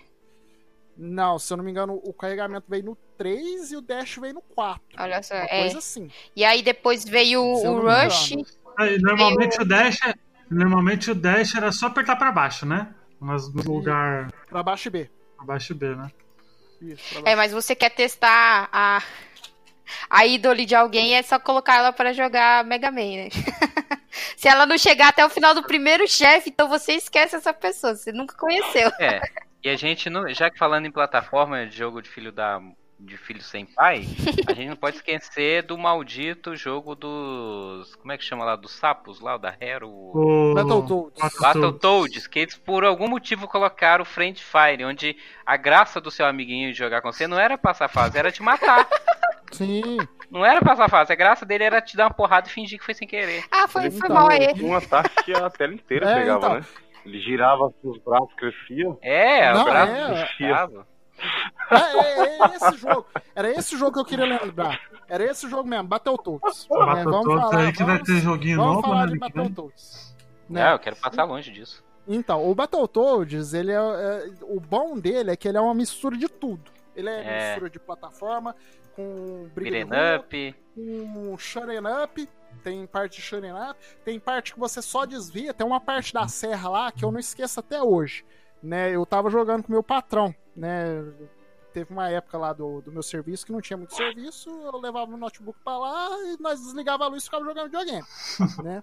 Não, se eu não me engano, o carregamento veio no três e o dash veio no quatro. Olha só, Uma é. coisa assim. E aí depois veio Se eu o não me Rush. engano. Aí, normalmente o dash. Normalmente o dash era só apertar pra baixo, né? Mas no lugar Pra baixo e B. abaixo B, né? Isso, pra É, baixo. mas você quer testar a, a ídole de alguém, é só colocar ela pra jogar Mega Man, né? Se ela não chegar até o final do primeiro chefe, então você esquece essa pessoa, você nunca conheceu. É, e a gente não, já que falando em plataforma de jogo de filho da de filho sem pai, a gente não pode esquecer do maldito jogo dos, como é que chama lá, dos sapos lá, o da Hero, O... Battletoads. Battletoads. Battletoads, que eles por algum motivo colocaram o Friend Fire, onde a graça do seu amiguinho de jogar com você não era passar fase, era te matar. Sim. Não era passar fase, a graça dele era te dar uma porrada e fingir que foi sem querer. Ah, foi, foi Então, mal aí. Tinha um ataque que a tela inteira É, pegava, então. né? Ele girava assim, os braços cresciam. É, Não, o braço é, puxava. É, é, é esse jogo. Era esse jogo que eu queria lembrar. Era esse jogo mesmo, Battletoads. O Né, Battletoads aí que vai vamos, ter joguinho vamos novo, falar né? de ano que vem. Battletoads. Né? Não, eu quero passar longe disso. Então, o Battletoads, ele é, é- o bom dele é que ele é uma mistura de tudo. Ele é, É. mistura de plataforma, com briga de Beaten rua, up. com shoot'em up, tem parte de shoot'em up, tem parte que você só desvia, tem uma parte da serra lá que eu não esqueço até hoje, né? Eu tava jogando com meu patrão, né? Teve uma época lá do, do meu serviço que não tinha muito serviço, eu levava o notebook pra lá e nós desligava a luz e ficava jogando videogame, né?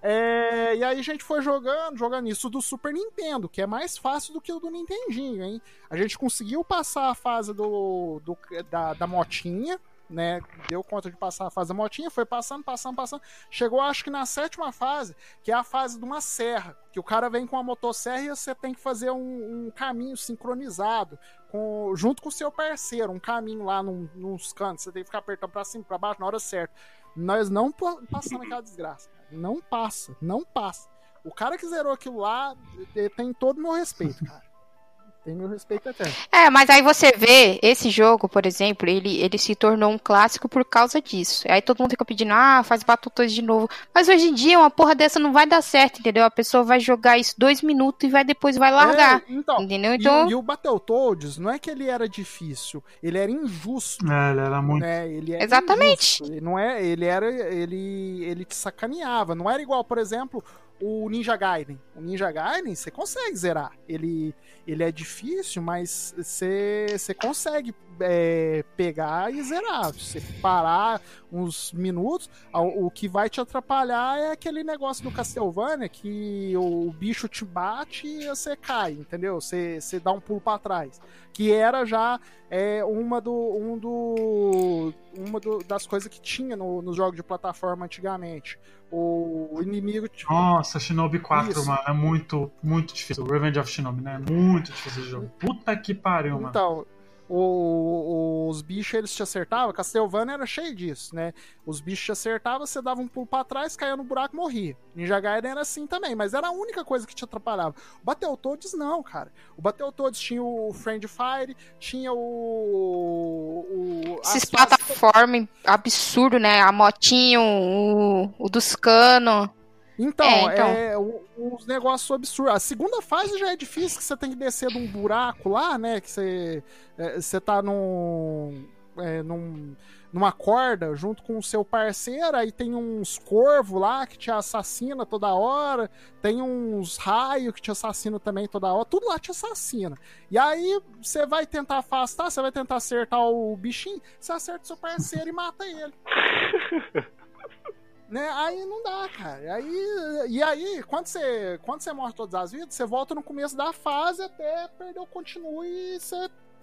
É, e aí a gente foi jogando, jogando isso do Super Nintendo, que é mais fácil do que o do Nintendinho, hein? A gente conseguiu passar a fase do, do da, da motinha, né? Deu conta de passar a fase da motinha, foi passando, passando, passando. Chegou, acho que na sétima fase, que é a fase de uma serra, que o cara vem com a motosserra e você tem que fazer um, um caminho sincronizado com, junto com o seu parceiro, um caminho lá num, nos cantos. Você tem que ficar apertando pra cima, pra baixo na hora certa. Nós não pa- passamos aquela desgraça. Não passa, não passa. O cara que zerou aquilo lá ele tem todo o meu respeito, cara. Tem meu respeito eterno. É, mas aí você vê, esse jogo, por exemplo, ele, ele se tornou um clássico por causa disso. Aí todo mundo fica pedindo, ah, faz Battletoads de novo. Mas hoje em dia, uma porra dessa não vai dar certo, entendeu? A pessoa vai jogar isso dois minutos e vai depois vai largar. É, então, Entendeu? e, Então, e o Battletoads, não é que ele era difícil, ele era injusto. É, ele era muito. Né? Ele era Exatamente. injusto. Ele não é, ele era, ele, ele te sacaneava. Não era igual, por exemplo, o Ninja Gaiden. O Ninja Gaiden você consegue zerar. Ele, ele é difícil, mas você, você consegue é, pegar e zerar. Você parar uns minutos, o, o que vai te atrapalhar é aquele negócio do Castlevania que o bicho te bate e você cai, entendeu? Você, você dá um pulo para trás. Que era já é, uma, do, um do, uma do, das coisas que tinha no, nos jogos de plataforma antigamente. O inimigo... Tipo, Nossa, Shinobi quatro, Isso. mano, é muito, muito difícil. Revenge of Shinobi, né? É muito difícil esse jogo. Puta que pariu, mano. então, o- os bichos eles te acertavam, Castlevania era cheio disso, né? Os bichos te acertavam, você dava um pulo pra trás, caía no buraco e morria. Ninja Gaiden era assim também, mas era a única coisa que te atrapalhava. O Battletoads não, cara. O Battletoads tinha o Friend Fire, tinha o... o esses as fases- plataformas absurdo, né? A motinho, o, o dos canos. Então, É, então. é o- uns negócios absurdos. A segunda fase já é difícil, que você tem que descer de um buraco lá, né? Que você, é, você tá num, é, num, numa corda junto com o seu parceiro, aí tem uns corvos lá que te assassina toda hora, tem uns raios que te assassinam também toda hora, tudo lá te assassina. E aí você vai tentar afastar, você vai tentar acertar o bichinho, você acerta o seu parceiro e mata ele. Né? Aí não dá, cara. Aí, e aí, quando você, quando você morre todas as vidas, você volta no começo da fase até perder o continue e você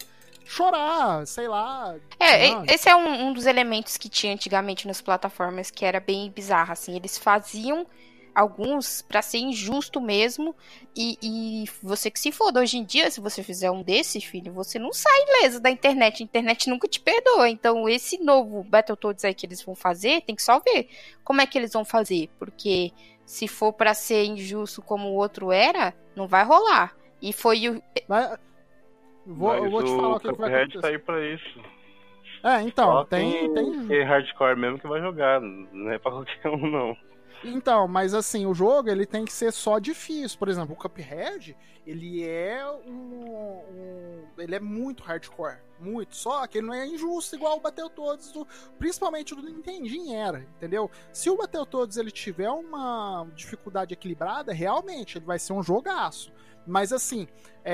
chorar, sei lá. É, não. esse é um, um dos elementos que tinha antigamente nas plataformas, que era bem bizarro, assim. Eles faziam alguns pra ser injusto mesmo, e, e você que se foda. Hoje em dia, se você fizer um desses, filho, você não sai ileso da internet. A internet nunca te perdoa. Então, esse novo Battletoads aí que eles vão fazer, tem que só ver como é que eles vão fazer. Porque se for pra ser injusto como o outro era, não vai rolar. E foi o... Mas, vou, Mas eu vou te falar o que, que vai Cuphead acontecer. tá aí pra isso. É, então, Só tem... tem... quem é hardcore mesmo que vai jogar, não é pra qualquer um, não. Então, mas assim, o jogo ele tem que ser só difícil. Por exemplo, o Cuphead, ele é um, um ele é muito hardcore, muito. Só que ele não é injusto igual o Battletoads, do, principalmente do Nintendinho era, entendeu? Se o Battletoads ele tiver uma dificuldade equilibrada, realmente ele vai ser um jogaço. Mas assim,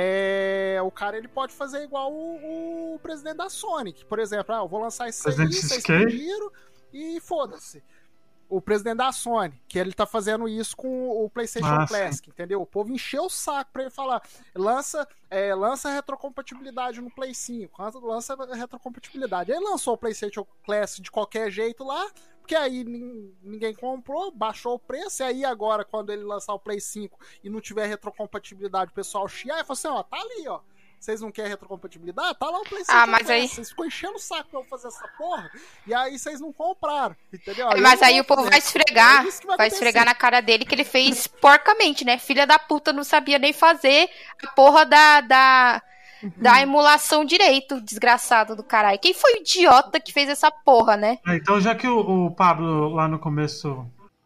é, o cara ele pode fazer igual o, o presidente da Sonic, por exemplo, ah, eu vou lançar isso aí, vocês pediram e foda-se. O presidente da Sony, que ele tá fazendo isso com o PlayStation Ah, Classic, entendeu? O povo encheu o saco pra ele falar, lança, é, lança retrocompatibilidade no Play cinco, lança retrocompatibilidade. Aí lançou o PlayStation Classic de qualquer jeito lá, porque aí ninguém comprou, baixou o preço, e aí agora, quando ele lançar o Play cinco e não tiver retrocompatibilidade, o pessoal chiar, e falou assim, ó, tá ali, ó. Vocês não querem retrocompatibilidade? Tá lá o PlayStation. Ah, mas aí... Vocês ficou enchendo o saco pra eu fazer essa porra, e aí vocês não compraram, entendeu? Aí aí mas aí vou o povo fazer. vai esfregar, É isso que vai, vai esfregar acontecer. na cara dele que ele fez porcamente, né? Filha da puta não sabia nem fazer a porra da, da, da emulação direito, desgraçado do caralho. Quem foi o idiota que fez essa porra, né? É, então, já que o, o Pablo lá no começo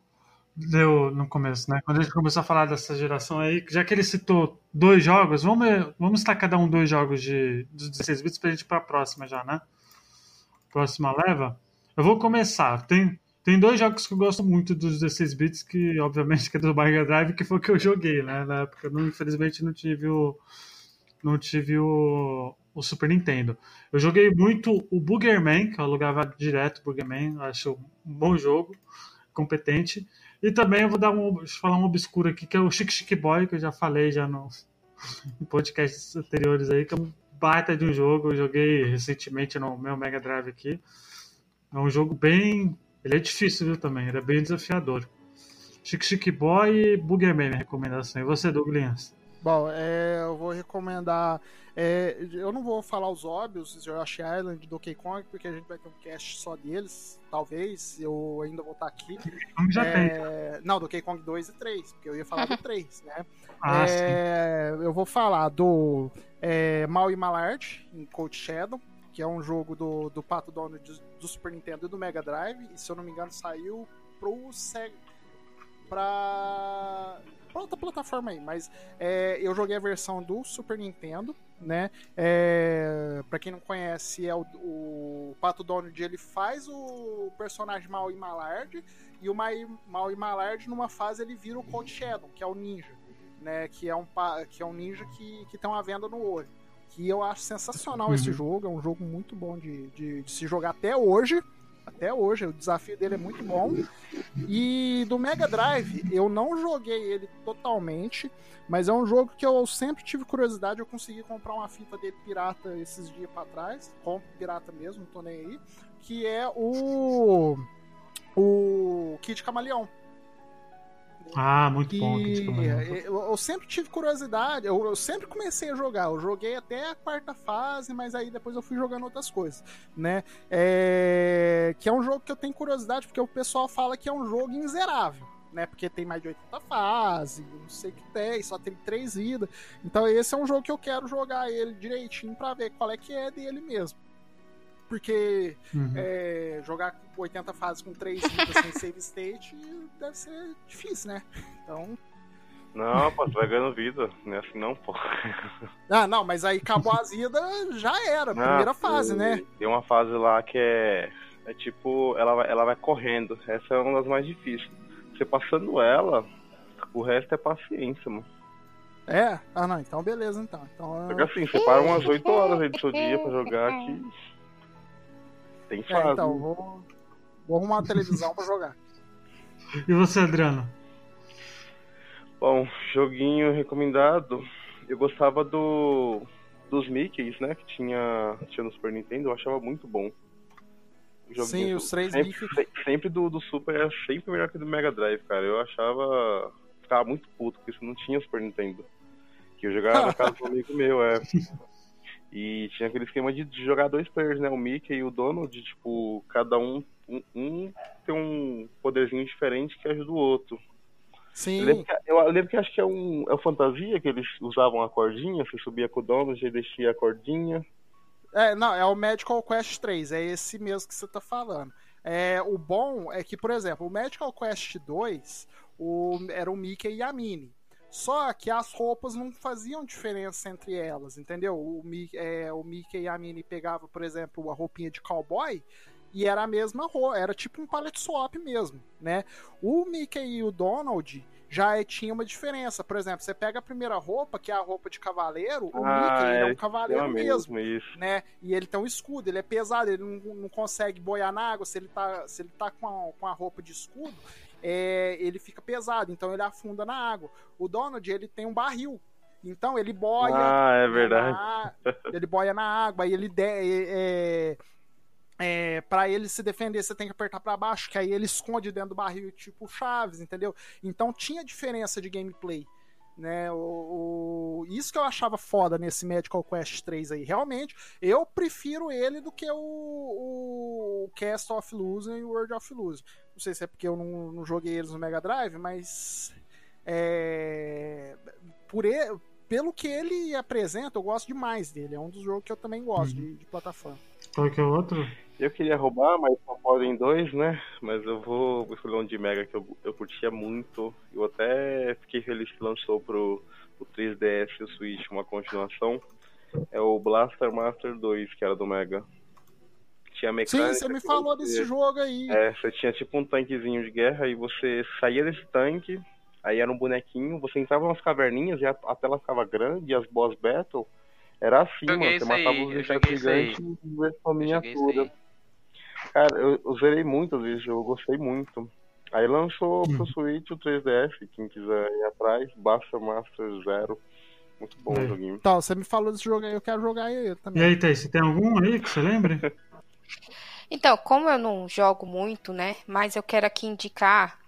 deu no começo, né? Quando a gente começou a falar dessa geração aí, já que ele citou dois jogos, vamos, vamos citar cada um dois jogos de, dos dezesseis bits pra gente ir pra próxima já, né? Próxima leva. Eu vou começar. Tem, tem dois jogos que eu gosto muito dos dezesseis bits, que obviamente que é do Mega Drive, que foi o que eu joguei, né? Na época, eu não, infelizmente, não tive o não tive o, o Super Nintendo. Eu joguei muito o Boogerman, que eu alugava direto o Boogerman, acho um bom jogo, competente. E também eu vou dar um, deixa eu falar um obscuro aqui, que é o Chic Chic Boy, que eu já falei já no, em podcasts anteriores aí, que é um baita de um jogo. Eu joguei recentemente no meu Mega Drive aqui. É um jogo bem... Ele é difícil, viu, também. Ele é bem desafiador. Chic Chic Boy e Boogerman, minha recomendação. E você, Douglas? Bom, é, eu vou recomendar... É, eu não vou falar os óbvios, Yoshi Island e Donkey Kong, porque a gente vai ter um cast só deles, talvez, eu ainda vou estar aqui. Como já é, tem. Não, Donkey Kong dois e três, porque eu ia falar do três, né? Ah, é, eu vou falar do é, Mal e Malard, em Cold Shadow, que é um jogo do, do Pato Donald do Super Nintendo e do Mega Drive, e se eu não me engano saiu pro Sega, pra... outra plataforma aí, mas é, eu joguei a versão do Super Nintendo, né? É, pra quem não conhece, é o, o Pato Donald, ele faz o personagem Mal e Malard, e o Mal e Malard, numa fase, ele vira o Cold Shadow, que é o ninja, né? Que é um, que é um ninja que, que tem uma venda no olho. Que eu acho sensacional. Uhum. Esse jogo, é um jogo muito bom de, de, de se jogar até hoje. Até hoje, o desafio dele é muito bom. E do Mega Drive, eu não joguei ele totalmente, mas é um jogo que eu sempre tive curiosidade. Eu consegui comprar uma fita dele pirata esses dias pra trás, compro pirata mesmo, não tô nem aí, que é o o Kid Camaleão. Ah, muito bom. E eu, eu sempre tive curiosidade, eu, eu sempre comecei a jogar, eu joguei até a quarta fase, mas aí depois eu fui jogando outras coisas, né? É, que é um jogo que eu tenho curiosidade, porque o pessoal fala que é um jogo inzerável, né? Porque tem mais de oitenta fases, não sei o que tem, só tem três vidas. Então esse é um jogo que eu quero jogar ele direitinho pra ver qual é que é dele mesmo. Porque uhum. é, jogar oitenta fases com três vidas sem save state deve ser difícil, né? Então... Não, pô, tu vai ganhando vida. Não é assim não, pô. Ah, não, mas aí acabou as vidas, já era. Não, primeira fase, né? Tem uma fase lá que é... É tipo, ela vai, ela vai correndo. Essa é uma das mais difíceis. Você passando ela, o resto é paciência, mano. É? Ah, não, então beleza, então. então Porque assim, você para umas oito horas aí do seu dia pra jogar aqui. Tem fase. É, então, vou, vou arrumar uma televisão pra jogar. E você, Adriano? Bom, joguinho recomendado. Eu gostava do dos Mickeys, né? Que tinha, tinha no Super Nintendo, eu achava muito bom. Sim, os três sempre, Mickey. se- sempre do, do Super era sempre melhor que do Mega Drive, cara. Eu achava. Ficava muito puto, porque isso não tinha Super Nintendo. Que eu jogava na casa do amigo meu, é. E tinha aquele esquema de de jogar dois players, né? O Mickey e o Donald, tipo, cada um, um, um tem um poderzinho diferente que ajuda o outro. Sim. Eu lembro, que, eu lembro que acho que é um, é o Fantasia, que eles usavam a cordinha, você subia com o Donald e descia a cordinha. É, não, é o Magical Quest três, é esse mesmo que você tá falando. É, o bom é que, por exemplo, o Magical Quest dois o, era o Mickey e a Minnie. Só que as roupas não faziam diferença entre elas, entendeu? O, Mi- é, o Mickey e a Minnie pegavam, por exemplo, a roupinha de cowboy e era a mesma roupa, era tipo um palette swap mesmo, né? O Mickey e o Donald já é- tinha uma diferença. Por exemplo, você pega a primeira roupa, que é a roupa de cavaleiro, o Mickey ele é um cavaleiro é mesmo, mesmo, isso. né? E ele tem um escudo, ele é pesado, ele não, não consegue boiar na água. Se ele tá, se ele tá com, a, com a roupa de escudo, é, ele fica pesado, então ele afunda na água. O Donald, ele tem um barril, então ele boia. Ah, é na- verdade. na- ele boia na água, e ele de, é, é, para ele se defender, você tem que apertar pra baixo, que aí ele esconde dentro do barril, tipo Chaves, entendeu? Então tinha diferença de gameplay, né? O, o- isso que eu achava foda nesse Magical Quest três aí. Realmente, eu prefiro ele do que o, o Cast of Illusion e o World of Illusion. Não sei se é porque eu não, não joguei eles no Mega Drive, mas é, por ele, pelo que ele apresenta, eu gosto demais dele. É um dos jogos que eu também gosto Uhum. de, de plataforma. Qual que é o outro? Eu queria roubar, mas só podem dois, né? Mas eu vou vou escolher um de Mega que eu, eu curtia muito. Eu até fiquei feliz que lançou pro, pro três D S e o Switch uma continuação. É o Blaster Master dois, que era do Mega. Tinha Sim, mecânica. você me que falou você- desse jogo aí. É, você tinha tipo um tanquezinho de guerra e você saía desse tanque, aí era um bonequinho, você entrava nas caverninhas e a, a tela ficava grande e as boss battle era assim, Joguei mano. Você isso matava aí, os eu bichos joguei isso aí. gigantes em versão Eu joguei isso miniatura. aí. Cara, eu, eu zerei muitas vezes o jogo, eu gostei muito. Aí lançou pro Hum. Switch o três D S, quem quiser ir atrás, Blaster Master Zero. Muito bom É. o joguinho. Então, você me falou desse jogo aí, eu quero jogar ele também. E aí, Thaís, você tem algum aí que você lembre? Então, como eu não jogo muito, né? Mas eu quero aqui indicar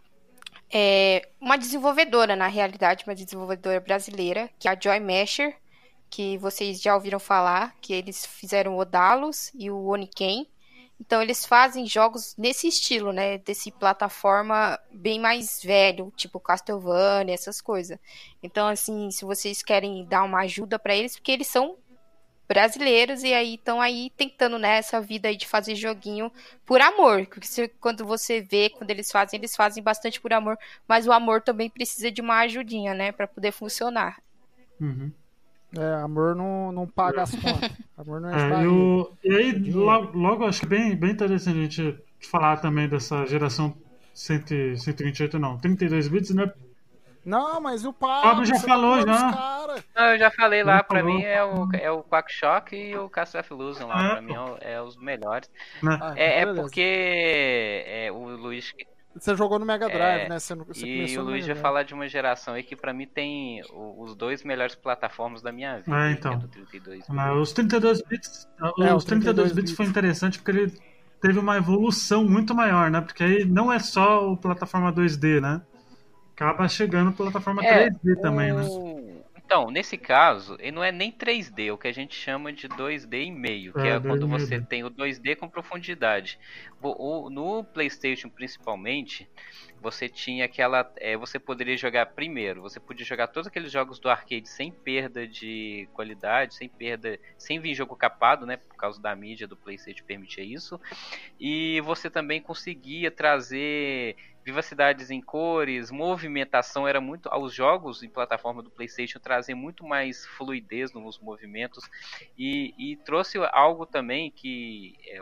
é, uma desenvolvedora, na realidade, uma desenvolvedora brasileira, que é a Joy Masher, que vocês já ouviram falar, que eles fizeram o Odalos e o Oniken. Então, eles fazem jogos nesse estilo, né? Desse plataforma bem mais velho, tipo Castlevania, essas coisas. Então, assim, se vocês querem dar uma ajuda pra eles, porque eles são brasileiros e aí estão aí tentando nessa vida aí de fazer joguinho por amor, porque você- quando você vê, quando eles fazem, eles fazem bastante por amor, mas o amor também precisa de uma ajudinha, né, pra poder funcionar. Uhum. É, amor não, não paga as contas. Amor não é É, e, barriga. o- e aí, Dinheiro. logo, logo acho que é bem, bem interessante a gente falar também dessa geração cento, cento e vinte e oito, não, trinta e dois bits, né? Não, mas e o Pablo? Pablo já Você tá falou, pulando os já. cara. Não, eu já falei lá, Já pra falou. mim é o, é o Quackshot e o Castle of Illusion lá, É. pra mim é, o- é os melhores. Né? Ah, É, é beleza. porque é, o Luiz Você jogou no Mega Drive, É, né? Você, não- você e começou o no Luiz Mega vai Drive. falar de uma geração aí que pra mim tem o- os dois melhores plataformas da minha vida, É, que então. é do trinta e dois. Mas os trinta e dois bits, É, os o trinta e dois trinta e dois bits foi interessante porque ele teve uma evolução muito maior, né? Porque aí não é só o plataforma dois D, né? Acaba chegando plataforma É, três D também, né? o- Então, nesse caso, ele não é nem três D, é o que a gente chama de dois D e meio, que É, é, dois quando e meio você D. tem o dois D com profundidade. O- o- no PlayStation, principalmente, você tinha aquela, é, você poderia jogar primeiro, você podia jogar todos aqueles jogos do arcade sem perda de qualidade, sem perda, sem vir jogo capado, né, por causa da mídia do PlayStation permitia isso. E você também conseguia trazer vivacidades em cores, movimentação, era muito, os jogos em plataforma do PlayStation trazem muito mais fluidez nos movimentos e, e trouxe algo também que é,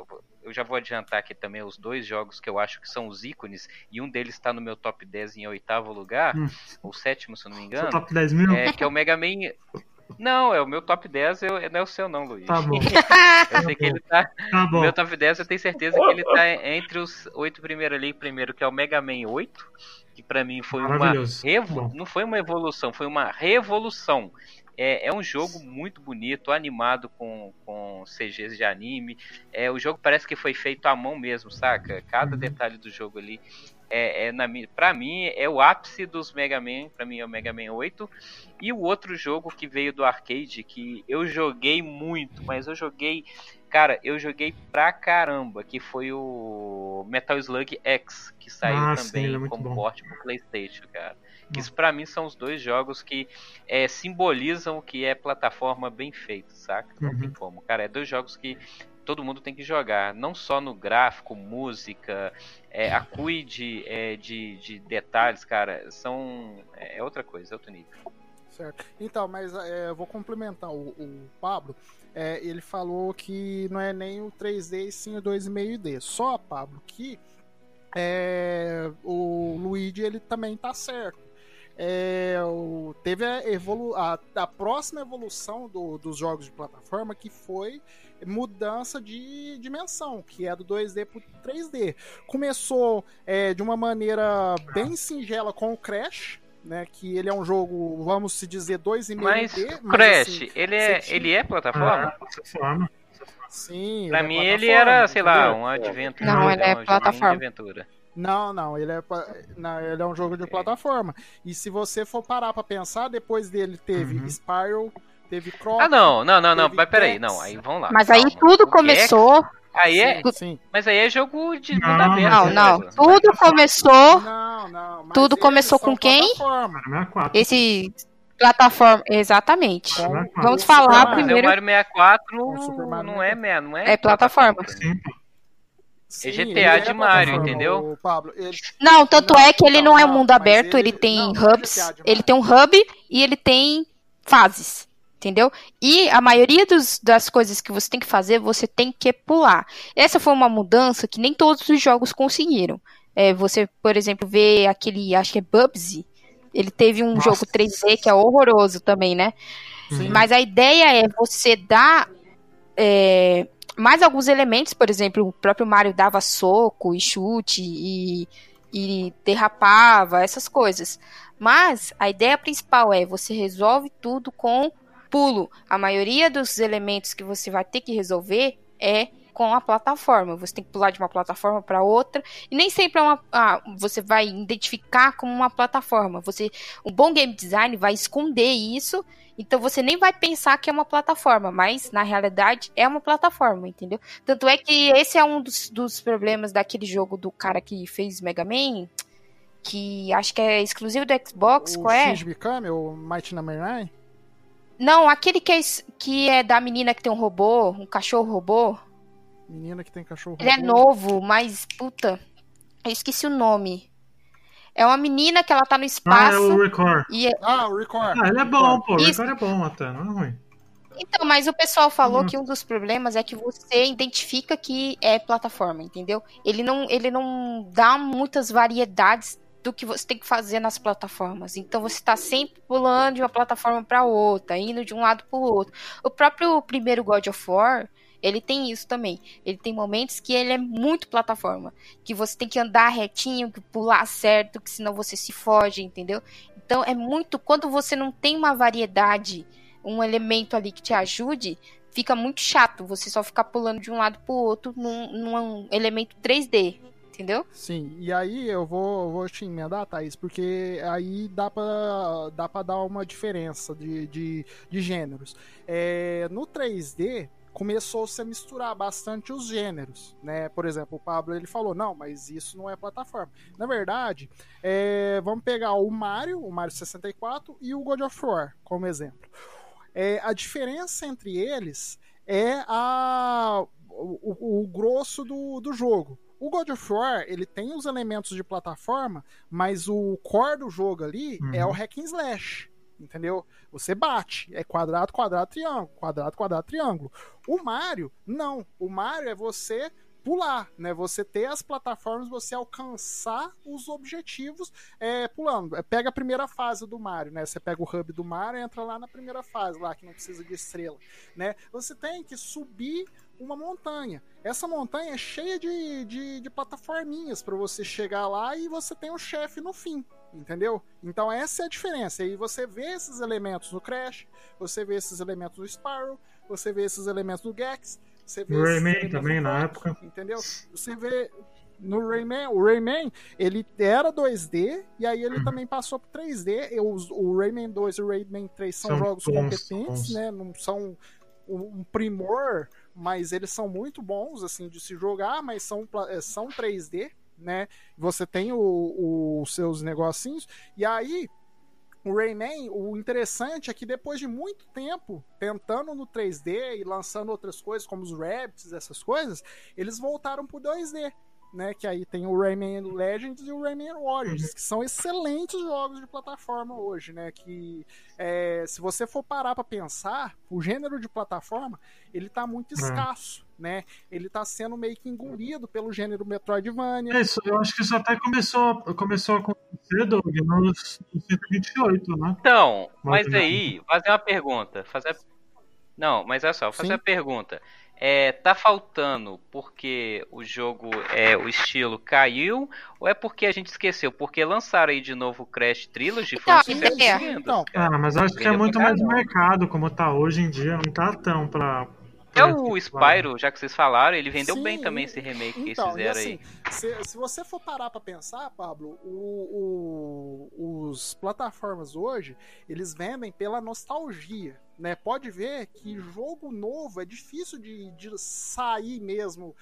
eu já vou adiantar aqui também os dois jogos que eu acho que são os ícones, e um deles tá no meu top dez em oitavo lugar, Hum. ou sétimo, se eu não me Seu engano. top dez mil? É, que é o Mega Man. Não, é o meu top dez, eu, não é o seu não, Luiz. Tá bom. Eu sei que ele tá. Tá O bom. meu top dez eu tenho certeza que ele tá entre os oito primeiros ali. Primeiro, que é o Mega Man oito, que pra mim foi uma Maravilhoso. revo... Bom. não foi uma evolução, foi uma revolução. É, é um jogo muito bonito, animado com, com C Gs de anime. É, o jogo parece que foi feito à mão mesmo, saca? Cada Uhum. detalhe do jogo ali. É, é na, pra mim, é o ápice dos Mega Man. Pra mim é o Mega Man oito. E o outro jogo que veio do arcade, que eu joguei muito, mas eu joguei... Cara, eu joguei pra caramba, que foi o Metal Slug X, que saiu Ah, sim, também ele é muito como bom. porte pro PlayStation, cara. Que Bom. isso pra mim são os dois jogos que é, simbolizam o que é plataforma bem feito, saca? Não Uhum. tem como. Cara, é dois jogos que todo mundo tem que jogar, não só no gráfico, música, é, a cuide é, de, de detalhes, cara, são... é outra coisa, é outro nível. Certo. Então, mas é, eu vou complementar o, o Pablo. É, ele falou que não é nem o três D e sim o dois vírgula cinco D. Só, Pablo, que é, o Luigi ele também tá certo. É, o, teve a, evolu a, a próxima evolução do, dos jogos de plataforma, que foi mudança de dimensão, que é do dois D pro três D. Começou é, de uma maneira bem singela com o Crash, né, que ele é um jogo, vamos se dizer, dois vírgula Mas, cinco D. Crash, assim, ele, é, você ele é plataforma? Ah, plataforma. Sim, Pra ele mim é ele era, plataforma, sei lá, entendeu? um adventure. Não, ele é um joguinho plataforma. de aventura. Não, não, ele é, pa- não, ele é um jogo de plataforma. E se você for parar pra pensar, depois dele teve Uhum. Spyro, teve Croc. Ah, não, não, não, não, teve mas peraí, Gex. não, aí vamos lá. Mas aí calma. tudo O começou. Gex, aí é, Sim, sim. mas aí é jogo de Não, mundo aberto. Não, né, não. velho? Tudo começou. Não, não. mas Tudo eles começou são com quem? plataforma. sessenta e quatro. Esse plataforma. Exatamente. Com Vamos o falar Super Mas Mario. primeiro- o Mario sessenta e quatro Com o Super Mario não é, me- não é, É plataforma. Sim, Sim, É G T ele A é de Mario, plataforma, entendeu? o Pablo. Ele- Não, tanto Não, é que ele não, não é não, mundo mas aberto, ele, ele- tem não, não é hubs, G T A de ele Mario. tem um hub e ele tem fases, entendeu? E a maioria dos- das coisas que você tem que fazer, você tem que pular. Essa foi uma mudança que nem todos os jogos conseguiram. É, você, por exemplo, vê aquele, acho que é Bubsy, ele teve um Nossa. jogo três D que é horroroso também, né? Sim. Mas a ideia é você dar é, mais alguns elementos, por exemplo, o próprio Mario dava soco e chute e, e derrapava, essas coisas. Mas a ideia principal é você resolve tudo com pulo. A maioria dos elementos que você vai ter que resolver é com a plataforma. Você tem que pular de uma plataforma para outra. E nem sempre é uma, ah, você vai identificar como uma plataforma. Você, um bom game design vai esconder isso. Então você nem vai pensar que é uma plataforma. Mas na realidade é uma plataforma, entendeu? Tanto é que esse é um dos, dos problemas daquele jogo do cara que fez Mega Man. Que acho que é exclusivo do Xbox. O Qual é? Shinji Mikami, o Mighty Number nove? Não, aquele que é, que é da menina que tem um robô, um cachorro robô. Menina que tem cachorro. Ele é robô. novo, mas, puta, eu esqueci o nome. É uma menina que ela tá no Ah, é espaço. o Record. e é- Ah, o Record. Ah, ele é bom, pô. O Isso. Record é bom até, não é ruim. Então, mas o pessoal falou Uhum. que um dos problemas é que você identifica que é plataforma, entendeu? Ele não, ele não dá muitas variedades do que você tem que fazer nas plataformas. Então você tá sempre pulando de uma plataforma para outra, indo de um lado pro outro. O próprio primeiro God of War, ele tem isso também. Ele tem momentos que ele é muito plataforma, que você tem que andar retinho, que pular certo, que senão você se foge, entendeu? Então é muito, quando você não tem uma variedade, um elemento ali que te ajude, fica muito chato você só ficar pulando de um lado pro outro num, num elemento três D, entendeu? Sim, e aí eu vou, vou te emendar, Thaís, porque aí dá pra, dá pra dar uma diferença de, de, de gêneros. É, no três D, começou-se a misturar bastante os gêneros, né? Por exemplo, o Pablo ele falou, não, mas isso não é plataforma. Na verdade, é, vamos pegar o Mario, o Mario sessenta e quatro e o God of War como exemplo. É, a diferença entre eles é a, o, o, o grosso do, do jogo. O God of War, ele tem os elementos de plataforma, mas o core do jogo ali Uhum. é o hack and slash, entendeu? Você bate, é quadrado, quadrado, triângulo, quadrado, quadrado, triângulo. O Mario, não. O Mario é você pular, né? Você ter as plataformas, você alcançar os objetivos é, pulando. Pega a primeira fase do Mario, né? Você pega o hub do Mario e entra lá na primeira fase, lá que não precisa de estrela, né? Você tem que subir uma montanha. Essa montanha é cheia de, de, de plataforminhas para você chegar lá e você tem o chefe no fim, entendeu? Então essa é a diferença. E você vê esses elementos no Crash, você vê esses elementos no Spyro, você vê esses elementos no Gex, você vê No esses Rayman elementos também, no na Pac, época. entendeu? Você vê no Rayman, o Rayman, ele era dois D e aí ele Uhum. também passou para três D. Eu, o Rayman dois e o Rayman três são, São jogos bons, competentes, bons. né? Não são um primor, mas eles são muito bons assim de se jogar, mas são, são três D, né? Você tem os seus negocinhos, e aí o Rayman, o interessante é que depois de muito tempo tentando no três D e lançando outras coisas como os Rabbids, essas coisas, eles voltaram pro dois D, né? Que aí tem o Rayman Legends e o Rayman Warriors, Uhum. que são excelentes jogos de plataforma hoje, né? Que é, se você for parar pra pensar, o gênero de plataforma ele tá muito É. escasso, né? Ele tá sendo meio que engolido pelo gênero Metroidvania. Isso, eu acho que isso até começou, começou a acontecer, Doug, no cento e vinte e oito, né? Então, Mais mas ou menos. aí, fazer uma pergunta. Fazer... Não, mas olha só, fazer Sim. a pergunta. É, tá faltando porque o jogo, é, o estilo caiu, ou é porque a gente esqueceu? Porque lançaram aí de novo o Crash Trilogy, foi um Então, sucesso de é. vendas, Então, cara. Ah, mas acho que é Vendeu muito pra mais o caramba. mercado, como tá hoje em dia, não tá tão pra... É pra o esse lado. Spyro, já que vocês falaram, ele vendeu Sim, bem também e- esse remake que eles Então, e fizeram assim, aí. se, se você for parar pra pensar, Pablo, o, o- os plataformas hoje, eles vendem pela nostalgia, né? Pode ver que jogo novo é difícil de, de sair mesmo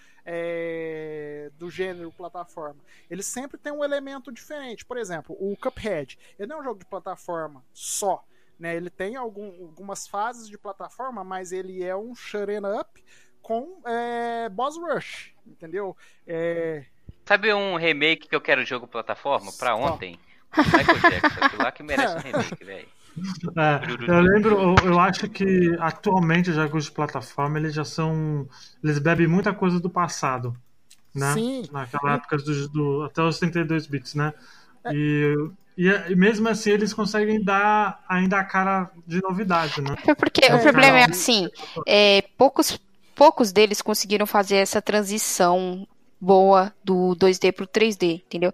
é, do gênero plataforma. Ele sempre tem um elemento diferente. Por exemplo, o Cuphead, ele não é um jogo de plataforma só, né? Ele tem algum, algumas fases de plataforma, mas ele é um shoot'em up com é, boss rush, entendeu? É, Sabe um remake que eu quero jogo plataforma pra Qual? ontem? Michael Jackson, aquilo lá que merece um remake, velho. É, eu lembro, eu, eu acho que atualmente os jogos de plataforma eles já são. Eles bebem muita coisa do passado, né? Sim. Naquela época do, do, até os trinta e dois bits, né? E, e, e mesmo assim eles conseguem dar ainda a cara de novidade, né? É porque É, o problema é então, assim, é, poucos, poucos deles conseguiram fazer essa transição boa do dois D pro três D, entendeu?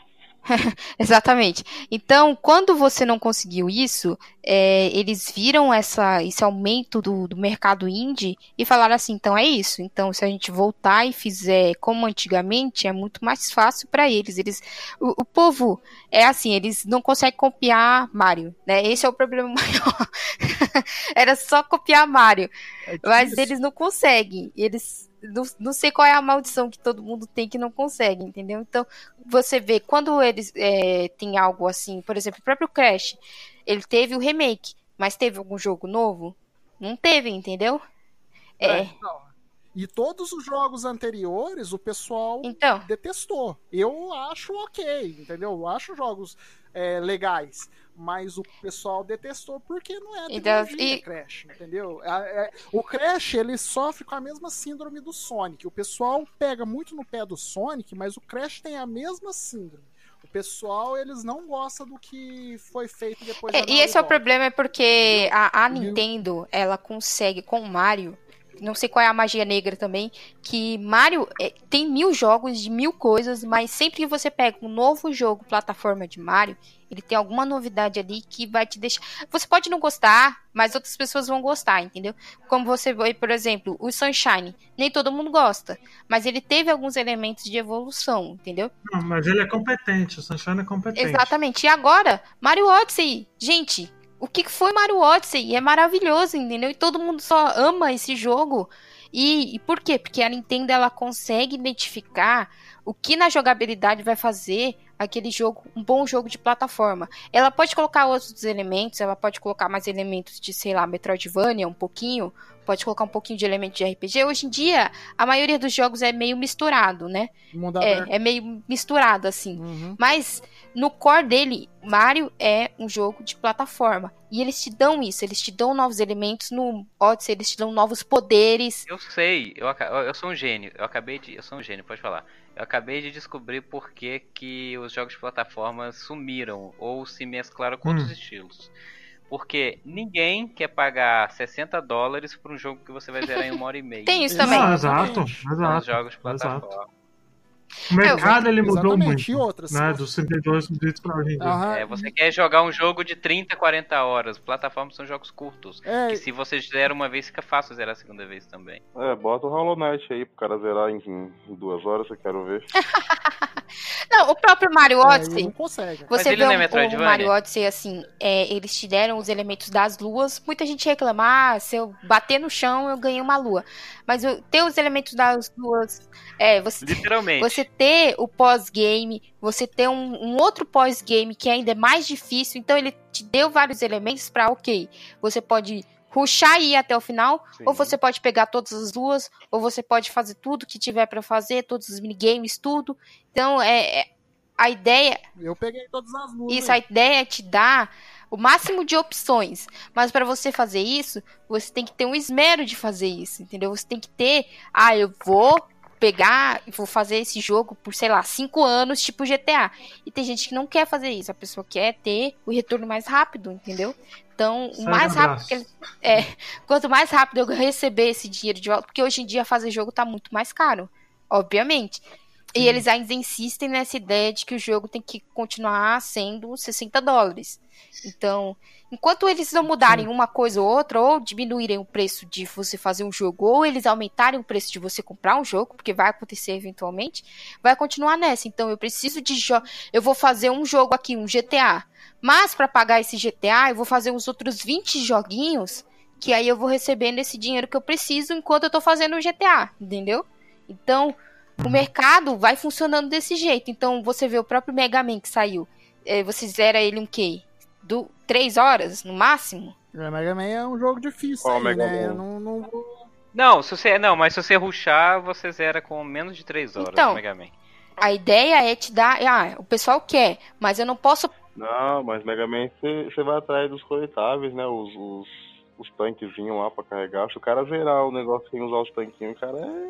Exatamente. Então, quando você não conseguiu isso, é, eles viram essa, esse aumento do, do mercado indie e falaram assim, então é isso. Então, se a gente voltar e fizer como antigamente, é muito mais fácil para eles. Eles, o, o povo é assim, eles não conseguem copiar Mario, né? Esse é o problema maior. Era só copiar Mario, é mas difícil. eles não conseguem. Eles não, não sei qual é a maldição que todo mundo tem que não consegue, entendeu? Então, você vê, quando eles é, tem algo assim, por exemplo, o próprio Crash, ele teve o remake, mas teve algum jogo novo? Não teve, entendeu? É, Então, e todos os jogos anteriores, o pessoal então, detestou. Eu acho ok, entendeu? Eu acho jogos é, legais. Mas o pessoal detestou porque não é a Então, trilogia e- Crash, entendeu? É- é- o Crash, ele sofre com a mesma síndrome do Sonic. O pessoal pega muito no pé do Sonic, mas o Crash tem a mesma síndrome. O pessoal, eles não gostam do que foi feito depois é, da e esse é o Naughty Dog. problema, é porque a, a Entendeu? Nintendo, ela consegue com o Mario, não sei qual é a magia negra também, que Mario é, tem mil jogos de mil coisas, mas sempre que você pega um novo jogo, plataforma de Mario, ele tem alguma novidade ali que vai te deixar... Você pode não gostar, mas outras pessoas vão gostar, entendeu? Como você vê, por exemplo, o Sunshine. Nem todo mundo gosta, mas ele teve alguns elementos de evolução, entendeu? Não, mas ele é competente, o Sunshine é competente. Exatamente. E agora, Mario Odyssey. Gente, o que foi Mario Odyssey? É maravilhoso, entendeu? E todo mundo só ama esse jogo. E, e por quê? Porque a Nintendo ela consegue identificar o que na jogabilidade vai fazer aquele jogo, um bom jogo de plataforma. Ela pode colocar outros elementos, ela pode colocar mais elementos de, sei lá, Metroidvania, um pouquinho, pode colocar um pouquinho de elemento de R P G. Hoje em dia, a maioria dos jogos é meio misturado, né? Mundo aberto. É, é meio misturado, assim. Uhum. Mas, no core dele, Mario é um jogo de plataforma. E eles te dão isso, eles te dão novos elementos. No Odyssey, eles te dão novos poderes. Eu sei, eu, aca- eu sou um gênio. Eu acabei de. Eu sou um gênio, pode falar. Eu acabei de descobrir por que, que os jogos de plataforma sumiram ou se mesclaram com Hum. outros estilos. Porque ninguém quer pagar sessenta dólares por um jogo que você vai zerar em uma hora e meia. Tem isso Exato. também. Ah, exato, Exatamente. São os exato. jogos de exato. plataforma. O mercado ele mudou Exatamente, e muito, outras, né? se Dos trinta e dois bits pra hoje em dia. Aham. É, você quer jogar um jogo de trinta, quarenta horas. Plataformas são jogos curtos. É. Que se você zera uma vez, fica fácil zerar a segunda vez também. É, bota o Hollow Knight aí pro cara zerar em, em duas horas, eu quero ver. Não, o próprio Mario É, Odyssey, ele não consegue. Mas você ele vê não é o, o Metroidvania? Mario Odyssey, assim, é, eles te deram os elementos das luas. Muita gente reclama, ah, se eu bater no chão, eu ganhei uma lua. Mas eu, ter os elementos das luas, é, você, Literalmente. você ter o pós-game, você ter um, um outro pós-game que ainda é mais difícil. Então ele te deu vários elementos pra, ok, você pode rushar e ir até o final, Sim. ou você pode pegar todas as luas, ou você pode fazer tudo que tiver pra fazer, todos os minigames, tudo. Então, é, é a ideia, Eu peguei todas as luzes. isso, a ideia é te dar o máximo de opções. Mas para você fazer isso, você tem que ter um esmero de fazer isso, entendeu? Você tem que ter, ah, eu vou pegar e vou fazer esse jogo por, sei lá, cinco anos, tipo G T A. E tem gente que não quer fazer isso, a pessoa quer ter o retorno mais rápido, entendeu? Então, o Sai mais do rápido braço. que ele, é, quanto mais rápido eu receber esse dinheiro de volta, porque hoje em dia fazer jogo tá muito mais caro, obviamente. E eles ainda insistem nessa ideia de que o jogo tem que continuar sendo sessenta dólares. Então, enquanto eles não mudarem uma coisa ou outra, ou diminuírem o preço de você fazer um jogo, ou eles aumentarem o preço de você comprar um jogo, porque vai acontecer eventualmente, vai continuar nessa. Então, eu preciso de jogo. Eu vou fazer um jogo aqui, um G T A. Mas, para pagar esse G T A, eu vou fazer uns outros vinte joguinhos, que aí eu vou recebendo esse dinheiro que eu preciso enquanto eu tô fazendo o G T A, entendeu? Então, o mercado vai funcionando desse jeito. Então, você vê o próprio Mega Man que saiu. É, você zera ele um quê? Do, três horas, no máximo? É, Mega Man é um jogo difícil Qual aí, Mega né? Man? Eu não, não vou... Não, se você, não, mas se você rushar, você zera com menos de três horas Então, no Mega Man. A ideia é te dar... Ah, o pessoal quer, mas eu não posso... Não, mas Mega Man você vai atrás dos coletáveis, né? Os, os, os tanquezinhos lá pra carregar. Se o cara zerar o negócio sem usar os tanquinhos, o cara é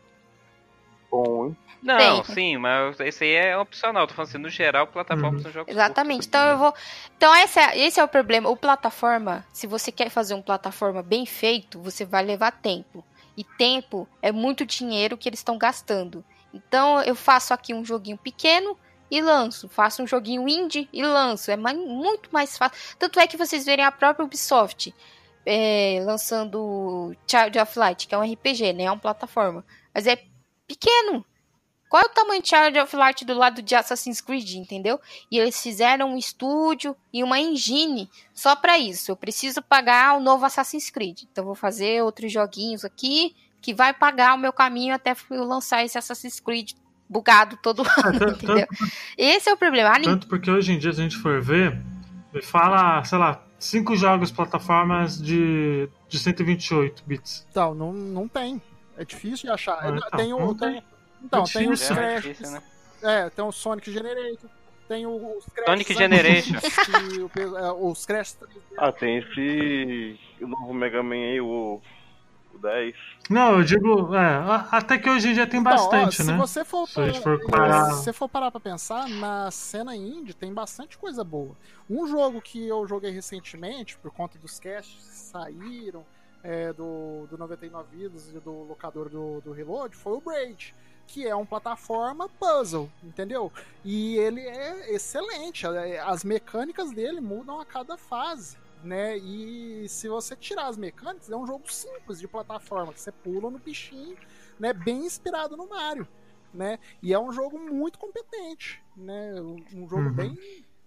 bom, hein? Não, Tem. sim, mas isso aí é opcional. Tô falando assim, no geral, plataformas Uhum. são jogos Exatamente. curtos. Então eu vou... Então esse é, esse é o problema. O plataforma, se você quer fazer um plataforma bem feito, você vai levar tempo. E tempo é muito dinheiro que eles estão gastando. Então eu faço aqui um joguinho pequeno e lanço. Faço um joguinho indie e lanço. É mais, muito mais fácil. Tanto é que vocês verem a própria Ubisoft é, lançando Child of Light, que é um R P G, né? É uma plataforma. Mas é pequeno. Qual é o tamanho de Child of Light do lado de Assassin's Creed, entendeu? E eles fizeram um estúdio e uma engine só pra isso. Eu preciso pagar o novo Assassin's Creed. Então vou fazer outros joguinhos aqui que vai pagar o meu caminho até eu lançar esse Assassin's Creed bugado todo ano, tanto- entendeu? Esse é o problema. A Nin- Tanto porque hoje em dia, se a gente for ver, me fala, sei lá, cinco jogos plataformas de, de cento e vinte e oito bits. Então, não, não tem. É difícil de achar. Ah, então, tem o, não tem, tem. então, É tem os difícil. É Crash. difícil, né? É, tem o Sonic Generator. Tem o- os Crash. Sonic Generation. que o pe- é, os Crash três D. Ah, tem esse o novo Mega Man aí, o, o dez. Não, eu digo, é, a- até que hoje em dia tem Então, ó, bastante, se né? você for Se a gente parar- for comparar- se você for parar pra pensar, na cena indie tem bastante coisa boa. Um jogo que eu joguei recentemente, por conta dos casts que saíram, é, do, do noventa e nove Vidas e do locador do, do Reload, foi o Braid, que é uma plataforma puzzle, entendeu? E ele é excelente, as mecânicas dele mudam a cada fase, né? E se você tirar as mecânicas, é um jogo simples de plataforma, que você pula no bichinho, né? Bem inspirado no Mario, né? E é um jogo muito competente, né? Um jogo Uhum. bem...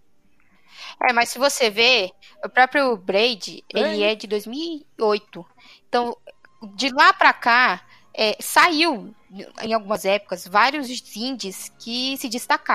É, mas se você ver, o próprio Braid, É. ele é de dois mil e oito. Então, de lá pra cá, é, saiu, em algumas épocas, vários indies que se destacaram.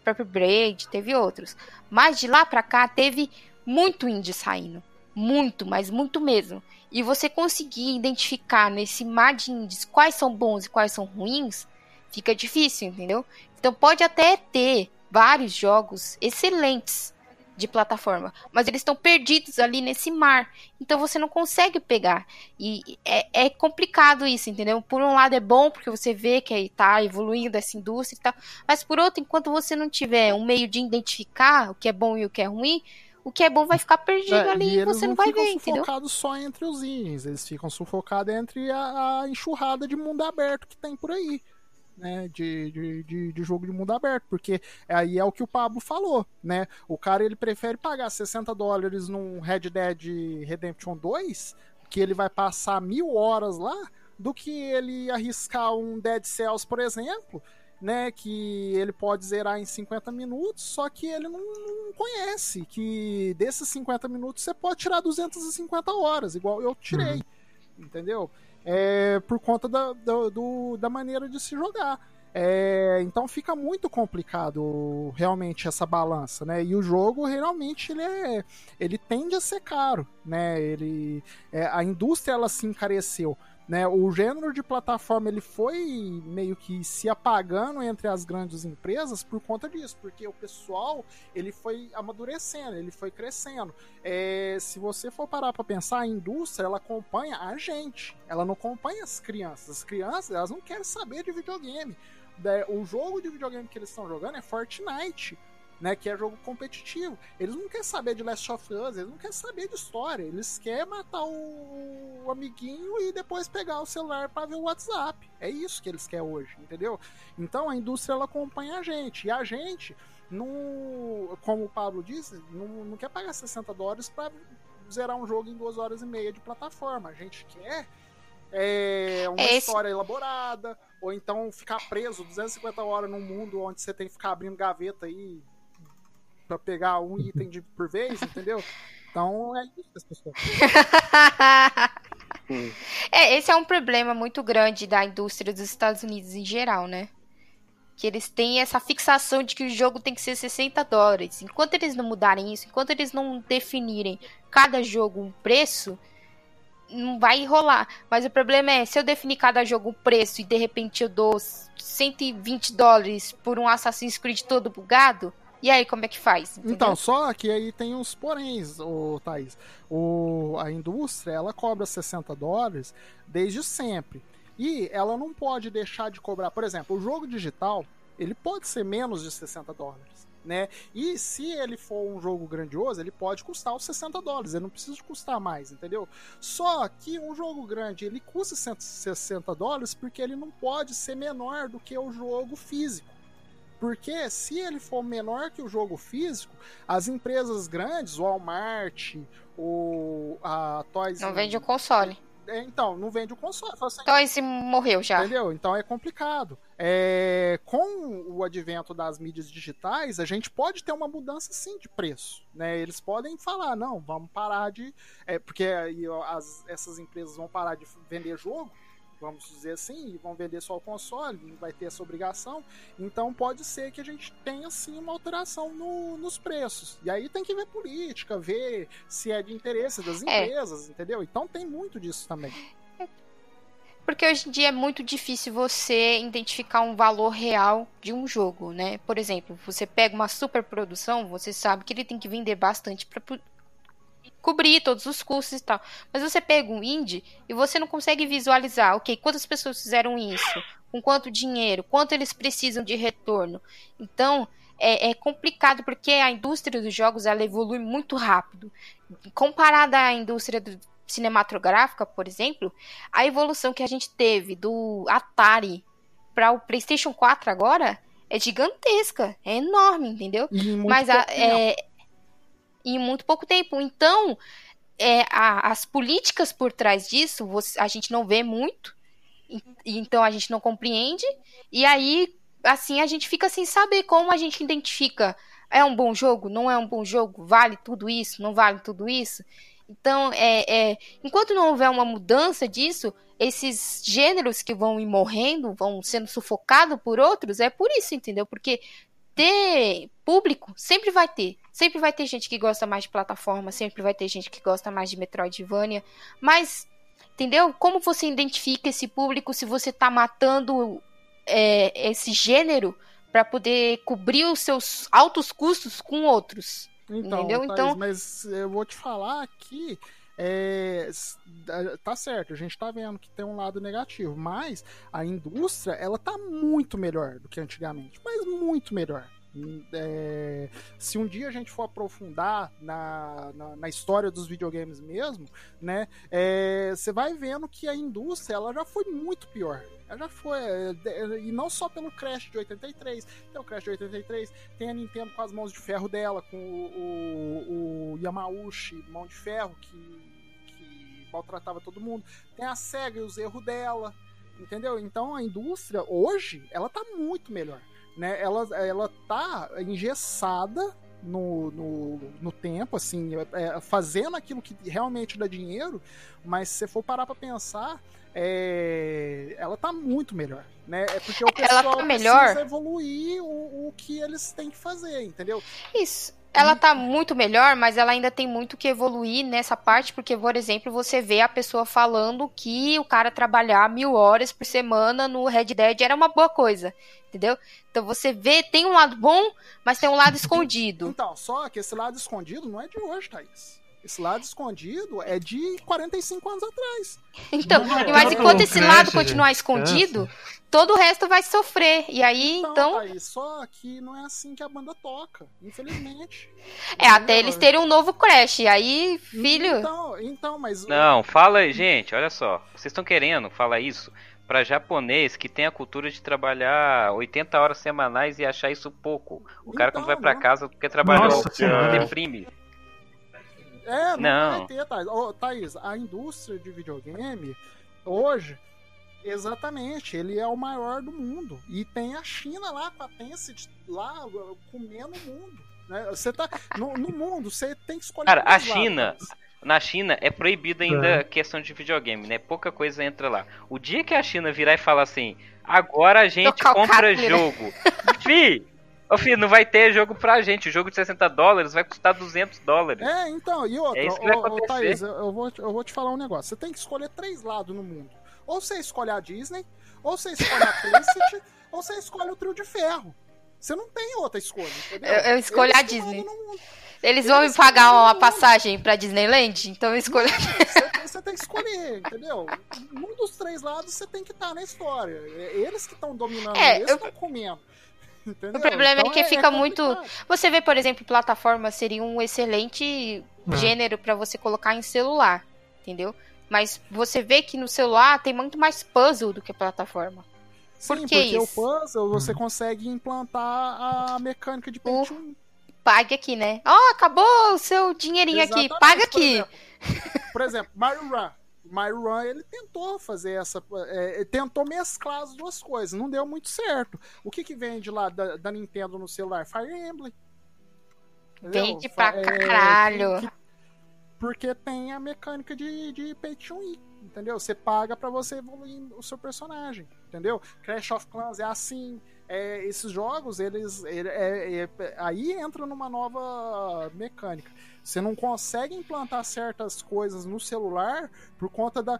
próprio Braid, teve outros. Mas de lá pra cá, teve muito indie saindo. Muito, mas muito mesmo. E você conseguir identificar nesse mar de indies quais são bons e quais são ruins, fica difícil, entendeu? Então pode até ter vários jogos excelentes de plataforma, mas eles estão perdidos ali nesse mar, então você não consegue pegar, e é, é complicado isso, entendeu? Por um lado é bom, porque você vê que está evoluindo essa indústria e tal, mas por outro, enquanto você não tiver um meio de identificar o que é bom e o que é ruim, o que é bom vai ficar perdido é, ali e, e você não, não vai ver, entendeu? Eles ficam sufocados só entre os indies, eles ficam sufocados entre a, a enxurrada de mundo aberto que tem por aí. Né, de, de, de, de jogo de mundo aberto, porque aí é o que o Pablo falou, né? O cara ele prefere pagar sessenta dólares num Red Dead Redemption dois, que ele vai passar mil horas lá, do que ele arriscar um Dead Cells, por exemplo, né? Que ele pode zerar em cinquenta minutos, só que ele não, não conhece que desses cinquenta minutos você pode tirar duzentas e cinquenta horas, igual eu tirei, uhum. Entendeu? É, por conta da, da, do, da maneira de se jogar. É, então fica muito complicado realmente essa balança, né? E o jogo realmente ele, é, ele tende a ser caro, né? Ele, é, a indústria ela se encareceu. Né, o gênero de plataforma ele foi meio que se apagando entre as grandes empresas por conta disso, porque o pessoal ele foi amadurecendo, ele foi crescendo. É, se você for parar para pensar, a indústria ela acompanha a gente, ela não acompanha as crianças. As crianças elas não querem saber de videogame. O jogo de videogame que eles estão jogando é Fortnite, né, que é jogo competitivo. Eles não querem saber de Last of Us, eles não querem saber de história, eles querem matar o, o amiguinho e depois pegar o celular para ver o WhatsApp. É isso que eles querem hoje, entendeu? Então a indústria ela acompanha a gente, e a gente, não, como o Pablo disse, não, não quer pagar sessenta dólares para zerar um jogo em duas horas e meia de plataforma. A gente quer é, uma Esse... história elaborada, ou então ficar preso duzentas e cinquenta horas num mundo onde você tem que ficar abrindo gaveta aí pra pegar um item de, por vez, entendeu? Então é isso que as pessoas é, esse é um problema muito grande da indústria dos Estados Unidos em geral, né? Que eles têm essa fixação de que o jogo tem que ser sessenta dólares. Enquanto eles não mudarem isso, enquanto eles não definirem cada jogo um preço, não vai rolar. Mas o problema é, se eu definir cada jogo um preço e de repente eu dou cento e vinte dólares por um Assassin's Creed todo bugado, e aí, como é que faz? Entendeu? Então, só que aí tem uns poréns, ô, Thaís. O, a indústria, ela cobra sessenta dólares desde sempre. E ela não pode deixar de cobrar. Por exemplo, o jogo digital, ele pode ser menos de sessenta dólares, né? E se ele for um jogo grandioso, ele pode custar os sessenta dólares. Ele não precisa custar mais, entendeu? Só que um jogo grande, ele custa cento e sessenta dólares porque ele não pode ser menor do que o jogo físico. Porque se ele for menor que o jogo físico, as empresas grandes, o Walmart, o, a Toys... Não vende o console. É, então, não vende o console. Assim, Toys morreu já. Entendeu? Então é complicado. É, com o advento das mídias digitais, a gente pode ter uma mudança sim de preço. Né? Eles podem falar, não, vamos parar de... É, porque aí, as, essas empresas vão parar de vender jogo, vamos dizer assim, e vão vender só o console, não vai ter essa obrigação, então pode ser que a gente tenha sim uma alteração no, nos preços, e aí tem que ver política, ver se é de interesse das empresas, é. Entendeu? Então tem muito disso também. Porque hoje em dia é muito difícil você identificar um valor real de um jogo, né? Por exemplo, você pega uma superprodução, você sabe que ele tem que vender bastante para cobrir todos os custos e tal. Mas você pega um indie e você não consegue visualizar, ok, quantas pessoas fizeram isso, com quanto dinheiro, quanto eles precisam de retorno. Então, é, é complicado porque a indústria dos jogos ela evolui muito rápido. Comparada à indústria do cinematográfica, por exemplo, a evolução que a gente teve do Atari para o PlayStation quatro agora é gigantesca, é enorme, entendeu? Mas a, é, em muito pouco tempo. Então, é, a, as políticas por trás disso, você, a gente não vê muito, e, então a gente não compreende, e aí, assim, a gente fica sem saber como a gente identifica, é um bom jogo, não é um bom jogo, vale tudo isso, não vale tudo isso. Então, é, é, enquanto não houver uma mudança disso, esses gêneros que vão ir morrendo, vão sendo sufocados por outros, é por isso, entendeu? Porque ter público, sempre vai ter. Sempre vai ter gente que gosta mais de plataforma, sempre vai ter gente que gosta mais de Metroidvania. Mas, entendeu? Como você identifica esse público se você tá matando é, esse gênero para poder cobrir os seus altos custos com outros? Então, entendeu? Thaís, Então, mas eu vou te falar aqui. É, tá certo, a gente tá vendo que tem um lado negativo, mas a indústria, ela tá muito melhor do que antigamente, mas muito melhor. É, se um dia a gente for aprofundar na, na, na história dos videogames mesmo, né, você é, vai vendo que a indústria, ela já foi muito pior. Ela já foi, e não só pelo Crash de oitenta e três, tem o Crash de oitenta e três, tem a Nintendo com as mãos de ferro dela, com o, o, o Yamauchi, mão de ferro, que, que maltratava todo mundo, tem a SEGA e os erros dela, entendeu? Então a indústria, hoje, ela tá muito melhor, né? Ela, ela tá engessada no, no, no tempo, assim, é, fazendo aquilo que realmente dá dinheiro, mas se você for parar pra pensar, É, ela tá muito melhor, né? É porque o pessoal ela tá precisa melhor. evoluir o, o que eles têm que fazer, entendeu? Isso. Ela tá muito melhor, mas ela ainda tem muito que evoluir nessa parte, porque, por exemplo, você vê a pessoa falando que o cara trabalhar mil horas por semana no Red Dead era uma boa coisa, entendeu? Então você vê, tem um lado bom, mas tem um lado escondido. Então, só que esse lado escondido não é de hoje, Thaís. Esse lado escondido é de quarenta e cinco anos atrás. Então, Não, mas enquanto esse Crash, lado gente, continuar escondido, todo o resto vai sofrer. E aí, Então, então... Thaís, só que não é assim que a banda toca, infelizmente. É, até eles terem um novo Crash. E aí, filho... Então, então mas... Não, fala aí, gente, olha só. Vocês estão querendo falar isso pra japonês que tem a cultura de trabalhar oitenta horas semanais e achar isso pouco. O cara Então, quando vai pra não. casa porque trabalhou, Nossa Senhora. deprime. É, não, Não. vai ter, Thaís. Ô, Thaís, a indústria de videogame, hoje, exatamente, ele é o maior do mundo. E tem a China lá com a Tencent lá comendo o mundo. Né? Você tá, no, no mundo, você tem que escolher... Cara, a dois China, lados. na China é proibido ainda É. a questão de videogame, né? Pouca coisa entra lá. O dia que a China virar e falar assim, agora a gente Tocar o compra cacto, né? jogo. Fi, ô fi, não vai ter jogo pra gente. O jogo de sessenta dólares vai custar duzentos dólares. É, então, e outra, É isso que vai ô, ô, acontecer. Thaís, eu, eu vou, eu vou te falar um negócio. Você tem que escolher três lados no mundo. Ou você escolhe a Disney, ou você escolhe a Tencent, ou você escolhe o Trio de Ferro. Você não tem outra escolha, entendeu? Eu, eu escolho Eles a que Disney. mandam no mundo. Eles vão me Eles pagar mandam uma no passagem pra Disneyland? Então eu escolho... Você tem, você tem que escolher, entendeu? Um dos três lados você tem que estar na história. É eles que estão dominando, É, eles eu- estão comendo. Entendeu? O problema Então é que fica muito... complicado. Você vê, por exemplo, plataforma seria um excelente É. gênero pra você colocar em celular, entendeu? Mas você vê que no celular tem muito mais puzzle do que plataforma. Por Sim, que porque isso? o puzzle você consegue implantar a mecânica de pay to win. Pague aqui, né? Ó, acabou o seu dinheirinho aqui, Exatamente, paga por aqui. exemplo. Por exemplo, Mario Run. Mario Run, ele tentou fazer essa... É, ele tentou mesclar as duas coisas. Não deu muito certo. O que que vende lá da, da Nintendo no celular? Fire Emblem. Entendeu? Vende pra É, caralho. que- que- porque tem a mecânica de, de pay to win, entendeu? Você paga pra você evoluir o seu personagem, entendeu? Clash of Clans é assim. É, esses jogos, eles... ele- é- é- aí entra numa nova mecânica. Você não consegue implantar certas coisas no celular por conta da,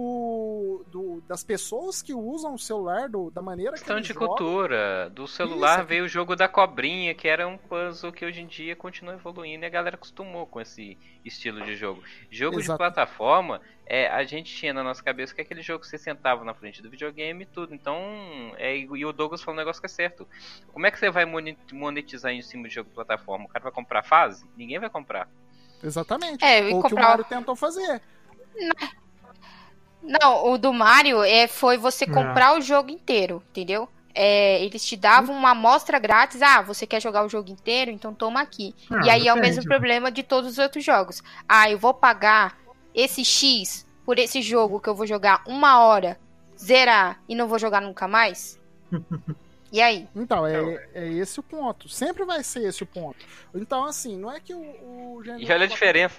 do, do- das pessoas que usam o celular, do- da maneira que Questão eles de jogam. cultura. Do celular Isso. veio o jogo da cobrinha, que era um puzzle que hoje em dia continua evoluindo e a galera acostumou com esse estilo de jogo. Jogo Exato. de plataforma, é, a gente tinha na nossa cabeça que é aquele jogo que você sentava na frente do videogame e tudo. Então, é, e o Douglas falou um negócio que é certo. Como é que você vai moni- monetizar em cima de jogo de plataforma? O cara vai comprar fase? Ninguém vai comprar. Exatamente. É, e Ou o que o comprar- Mario tentou fazer. Não, o do Mario é, foi você É. comprar o jogo inteiro, entendeu? É, eles te davam uma amostra grátis. Ah, você quer jogar o jogo inteiro? Então toma aqui. Ah, e aí é o depende. mesmo problema de todos os outros jogos. Ah, eu vou pagar esse X por esse jogo que eu vou jogar uma hora, zerar e não vou jogar nunca mais? E aí? Então, é, é esse o ponto. Sempre vai ser esse o ponto. Então, assim, não é que o, o gênero... E olha a diferença.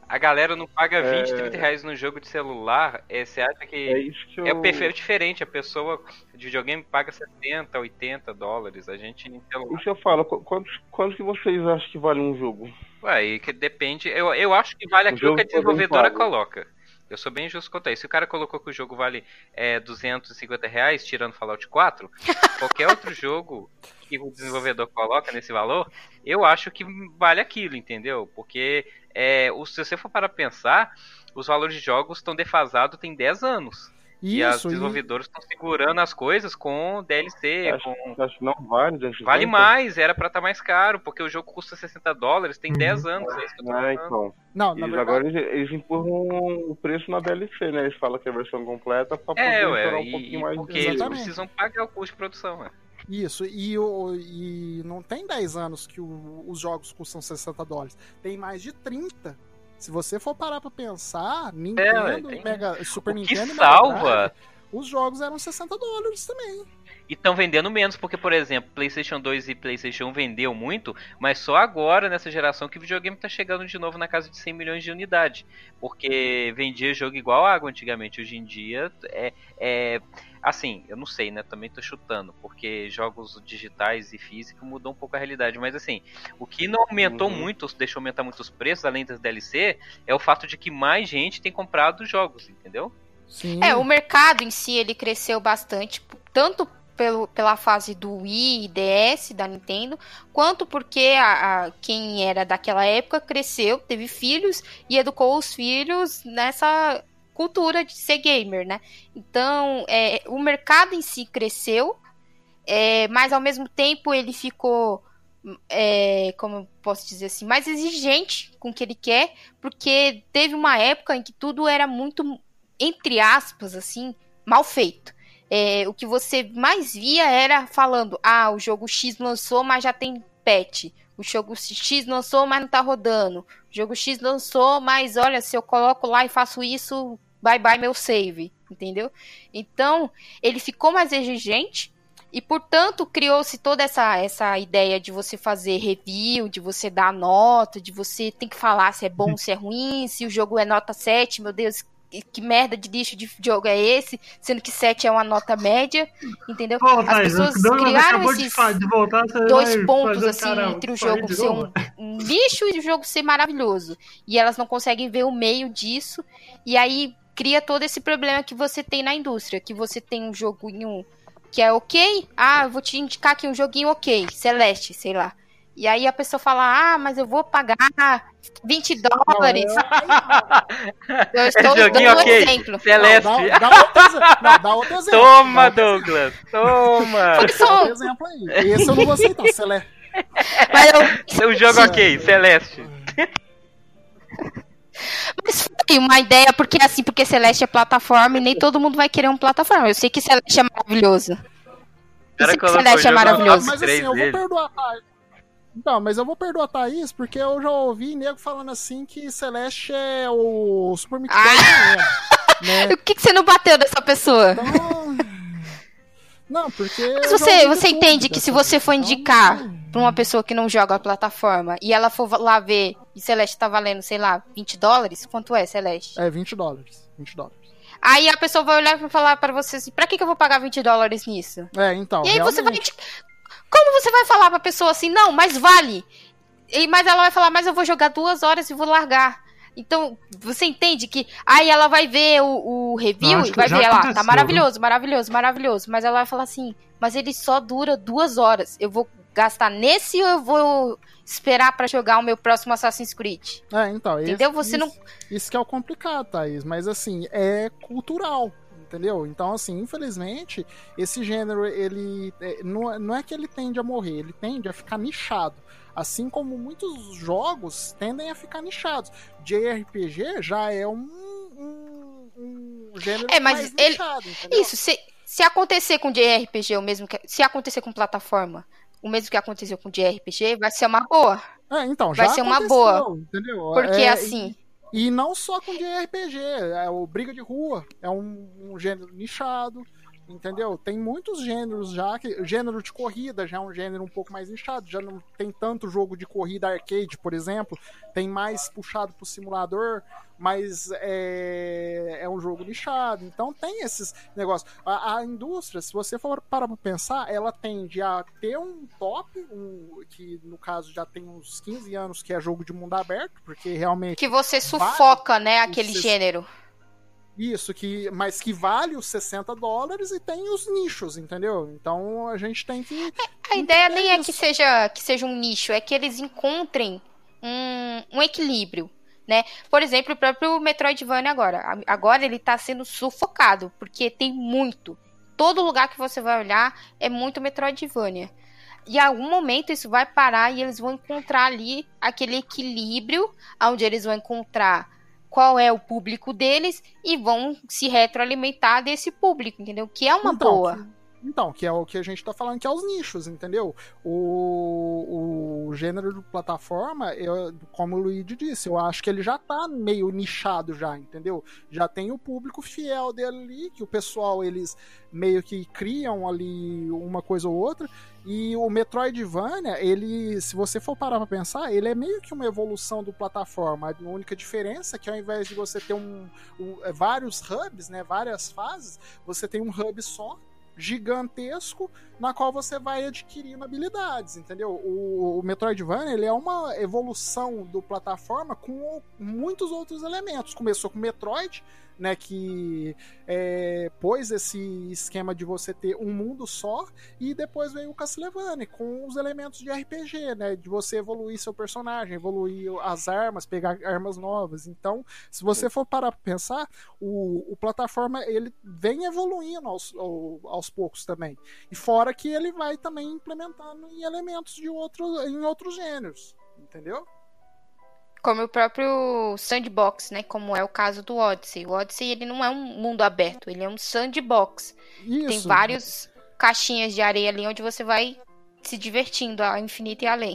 A galera não paga vinte, É. trinta reais no jogo de celular, é, você acha que É isso que eu... é o perfil diferente, a pessoa de videogame paga setenta, oitenta dólares, a gente em celular. Isso eu falo, qu- quanto, quanto que vocês acham que vale um jogo? Ué, e que depende, eu, eu acho que vale O aquilo jogo que a foi bem desenvolvedora pago. coloca. Eu sou bem justo quanto a isso. Se o cara colocou que o jogo vale é, duzentos e cinquenta reais, tirando Fallout quatro, qualquer outro jogo que o desenvolvedor coloca nesse valor, eu acho que vale aquilo, entendeu? Porque é, o, se você for para pensar, os valores de jogos estão defasados tem dez anos. E as Isso, e, desenvolvedoras estão segurando as coisas com D L C, Acho, com... acho que não vale, duzentos e Vale cinquenta? mais, era pra estar mais caro, porque o jogo custa sessenta dólares, tem dez anos, é isso que eu tô Ah, falando. então. não, na Eles, verdade, agora eles, eles empurram o preço na D L C, né? Eles falam que é a versão completa pra poder É, estourar ué, um e, pouquinho e mais. porque de eles Exatamente. precisam pagar o custo de produção, ué. isso, e, o, e não tem dez anos que o- os jogos custam sessenta dólares, tem mais de trinta. Se você for parar pra pensar, Nintendo, tem- Mega, Super O que Nintendo e Mega salva... Drive, os jogos eram sessenta dólares também. E estão vendendo menos, porque, por exemplo, PlayStation dois e PlayStation um vendeu muito, mas só agora, nessa geração, que o videogame tá chegando de novo na casa de cem milhões de unidades. Porque vendia jogo igual água antigamente. Hoje em dia, é, é... Assim, eu não sei, né? Também tô chutando, porque jogos digitais e físicos mudou um pouco a realidade. Mas, assim, o que não aumentou Uhum. muito, deixou aumentar muito os preços, além das D L C, é o fato de que mais gente tem comprado jogos, entendeu? Sim. É, o mercado em si, ele cresceu bastante, tanto pelo, pela fase do Wii e D S da Nintendo, quanto porque a, a- quem era daquela época cresceu, teve filhos e educou os filhos nessa cultura de ser gamer, né? Então, é, o mercado em si cresceu, é, mas ao mesmo tempo ele ficou, é, como eu posso dizer assim, mais exigente com o que ele quer, porque teve uma época em que tudo era muito, entre aspas, assim, mal feito. É, o que você mais via era falando, ah, o jogo X lançou, mas já tem patch. O jogo X lançou, mas não tá rodando. O jogo X lançou, mas olha, se eu coloco lá e faço isso, bye bye meu save, entendeu? Então, ele ficou mais exigente e, portanto, criou-se toda essa, essa ideia de você fazer review, de você dar nota, de você tem que falar se é bom, se é ruim, se o jogo é nota sete, meu Deus, que, que merda de lixo de jogo é esse, sendo que sete é uma nota média, entendeu? Pô, As Thaís, pessoas o Douglas criaram acabou esses de, fa- de voltar, você dois vai pontos, fazer o assim, cara entre o sair jogo de ser novo? um, um lixo e o jogo ser maravilhoso. E elas não conseguem ver o meio disso. E aí cria todo esse problema que você tem na indústria. Que você tem um joguinho que é ok. Ah, eu vou te indicar aqui um joguinho ok. Celeste, sei lá. E aí a pessoa fala, ah, mas eu vou pagar vinte dólares. Eu estou Joguinho dando um ok. exemplo. Celeste. Dá, dá outro exemplo. Não, dá outro exemplo. Toma, Dá outro Douglas. Toma. Foi Dá só outro exemplo aí. Esse eu não vou aceitar. Celeste. mas eu- O jogo ok, Celeste. Mas foi uma ideia, porque assim, porque Celeste é plataforma e nem todo mundo vai querer um plataforma. Eu sei que Celeste é maravilhoso. Eu sei que colocou Celeste o é jogo maravilhoso. Mas três assim, eu vou vezes. perdoar a Thaís. Não, mas eu vou perdoar a Thaís, porque eu já ouvi nego falando assim que Celeste é o Super Meat Boy Ah! do Nemo, né? O que, que você não bateu dessa pessoa? Então... Não, porque... eu Mas já você, ouvi você de tudo entende que se dessa você vez, for então, indicar hum, pra uma pessoa que não joga a plataforma e ela for lá ver e Celeste tá valendo, sei lá, vinte dólares, quanto é Celeste? É, vinte dólares. vinte dólares. Aí a pessoa vai olhar e falar pra você assim, pra que, que eu vou pagar vinte dólares nisso? É, então, E aí você vai. realmente. Como você vai falar pra pessoa assim, não, mas vale? E, mas ela vai falar, mas eu vou jogar duas horas e vou largar. Então, você entende que. Aí ela vai ver o, o review Eu acho e que vai já ver lá, aconteceu, tá maravilhoso, maravilhoso, maravilhoso. Mas ela vai falar assim, mas ele só dura duas horas. Eu vou gastar nesse ou eu vou esperar pra jogar o meu próximo Assassin's Creed? É, então, Entendeu? esse- Você isso, não. Isso que é o complicado, Thaís. Mas assim, é cultural. Entendeu? Então, assim, infelizmente, esse gênero, ele. é, não, é- não é que ele tende a morrer, ele tende a ficar nichado. Assim como muitos jogos tendem a ficar nichados. J R P G já é um, um, um gênero É, mas mais ele- nichado, entendeu? Isso, se, se acontecer com J R P G, o mesmo que. Se acontecer com plataforma, o mesmo que aconteceu com J R P G, vai ser uma boa. É, então, vai já ser uma aconteceu, boa. Entendeu? Porque É, assim. E, e não só com J R P G, é o Briga de Rua, é um, um gênero nichado. entendeu? Tem muitos gêneros já, que, gênero de corrida já é um gênero um pouco mais nichado, já não tem tanto jogo de corrida arcade, por exemplo, tem mais puxado pro simulador, mas é, é um jogo nichado, então tem esses negócios. A, a indústria, se você for parar pra pensar, ela tende a ter um top, um, que no caso já tem uns quinze anos, que é jogo de mundo aberto, porque realmente... Que você sufoca, vale, né, aquele você, gênero. Isso, que, mas que vale os sessenta dólares e tem os nichos, entendeu? Então a gente tem que... A ideia nem é que seja, que seja um nicho, é que eles encontrem um, um equilíbrio, né? Por exemplo, o próprio Metroidvania agora. Agora ele tá sendo sufocado, porque tem muito. Todo lugar que você vai olhar é muito Metroidvania. E em algum momento isso vai parar e eles vão encontrar ali aquele equilíbrio, onde eles vão encontrar qual é o público deles e vão se retroalimentar desse público, entendeu? Que é uma então, boa. Que, então, que é o que a gente tá falando, que é os nichos, entendeu? O, o gênero de plataforma, eu, como o Luigi disse, eu acho que ele já tá meio nichado já, entendeu? Já tem o público fiel dele ali, que o pessoal, eles meio que criam ali uma coisa ou outra. E o Metroidvania, ele, se você for parar pra pensar, ele é meio que uma evolução do plataforma. A única diferença é que ao invés de você ter um, um, vários hubs, né, várias fases, você tem um hub só, gigantesco, na qual você vai adquirindo habilidades, entendeu? O, o Metroidvania, ele é uma evolução do plataforma com muitos outros elementos. Começou com Metroid, né, que é, pôs esse esquema de você ter um mundo só, e depois veio o Castlevania com os elementos de R P G, né, de você evoluir seu personagem, evoluir as armas, pegar armas novas. Então, se você for parar para pensar, o, o plataforma ele vem evoluindo aos, ao, aos poucos também, e fora que ele vai também implementando em elementos de outros, em outros gêneros, entendeu? Como o próprio sandbox, né? Como é o caso do Odyssey. O Odyssey, ele não é um mundo aberto, ele é um sandbox. Isso. Tem várias caixinhas de areia ali onde você vai se divertindo ao infinito e além.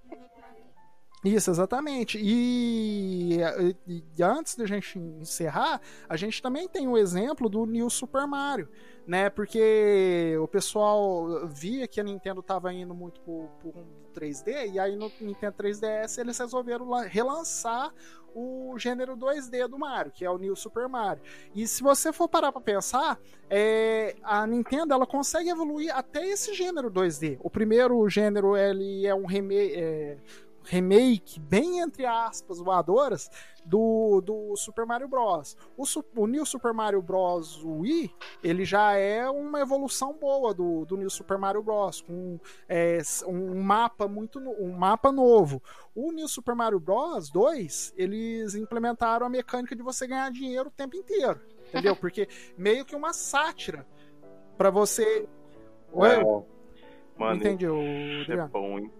Isso, exatamente. E, e, e antes da gente encerrar, a gente também tem o exemplo do New Super Mario, né? Porque o pessoal via que a Nintendo estava indo muito por, por um três D, e aí no Nintendo três D S eles resolveram relançar o gênero dois D do Mario, que é o New Super Mario. E se você for parar para pensar, é, a Nintendo ela consegue evoluir até esse gênero dois D. O primeiro gênero ele é um remake, é, remake bem entre aspas voadoras do, do Super Mario Bros. O, o New Super Mario Bros. Wii, ele já é uma evolução boa do, do New Super Mario Bros. Com é, um mapa muito um mapa novo. O New Super Mario Bros. dois, eles implementaram a mecânica de você ganhar dinheiro o tempo inteiro, entendeu? Porque meio que uma sátira pra você... Oi? Mano, não entendi, o isso é bom, hein?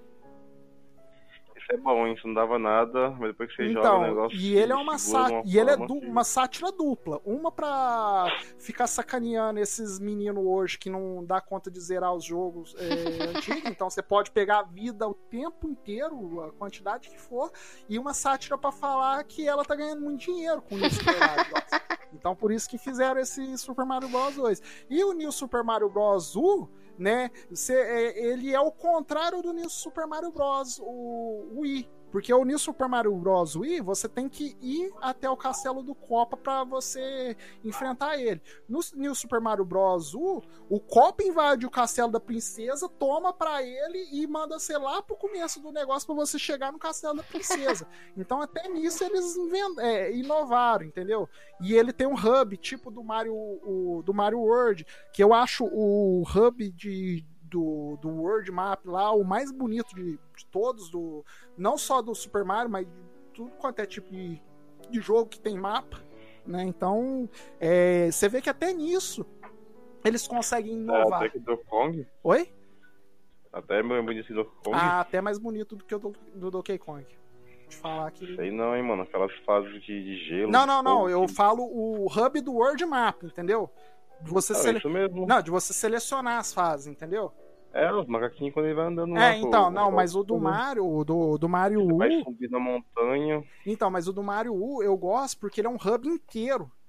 É bom, hein? Isso não dava nada, mas depois que você então, joga o negócio... E ele é uma, sá... e ele é du... que... uma sátira dupla. Uma pra ficar sacaneando esses meninos hoje que não dá conta de zerar os jogos é, antigos. Então você pode pegar a vida o tempo inteiro, a quantidade que for. E uma sátira pra falar que ela tá ganhando muito dinheiro com isso. Então por isso que fizeram esse Super Mario Bros. dois. E o New Super Mario Bros. U, né? Cê, é, ele é o contrário do New Super Mario Bros. O Wii. Porque o New Super Mario Bros. Wii, você tem que ir até o Castelo do Koopa pra você enfrentar ele. No New Super Mario Bros. U, o Koopa invade o Castelo da Princesa, toma pra ele e manda, sei lá, pro começo do negócio pra você chegar no Castelo da Princesa. Então até nisso eles invent... é, inovaram, entendeu? E ele tem um hub, tipo do Mario, o, do Mario World, que eu acho o hub de... Do, do World Map lá, o mais bonito de, de todos, do, não só do Super Mario, mas de tudo quanto é tipo de, de jogo que tem mapa, né? Então, é, você vê que até nisso eles conseguem inovar. É, até que do Kong. Oi? Até mais bonito que do Kong. Ah, até mais bonito do que o do, do Donkey Kong. Te falar que... Sei não, hein, mano. Aquelas fases de, de gelo. Não, não, não. Fogo, Eu que... falo o hub do World Map, entendeu? De você ah, sele... isso mesmo. Não, de você selecionar as fases, entendeu? É, os macaquinhos quando ele vai andando é, lá. É, então, pô, não, pô, mas o do pô, Mario, o do, do Mario ele U... vai subir na montanha. Então, mas o do Mario U eu gosto porque ele é um hub inteiro,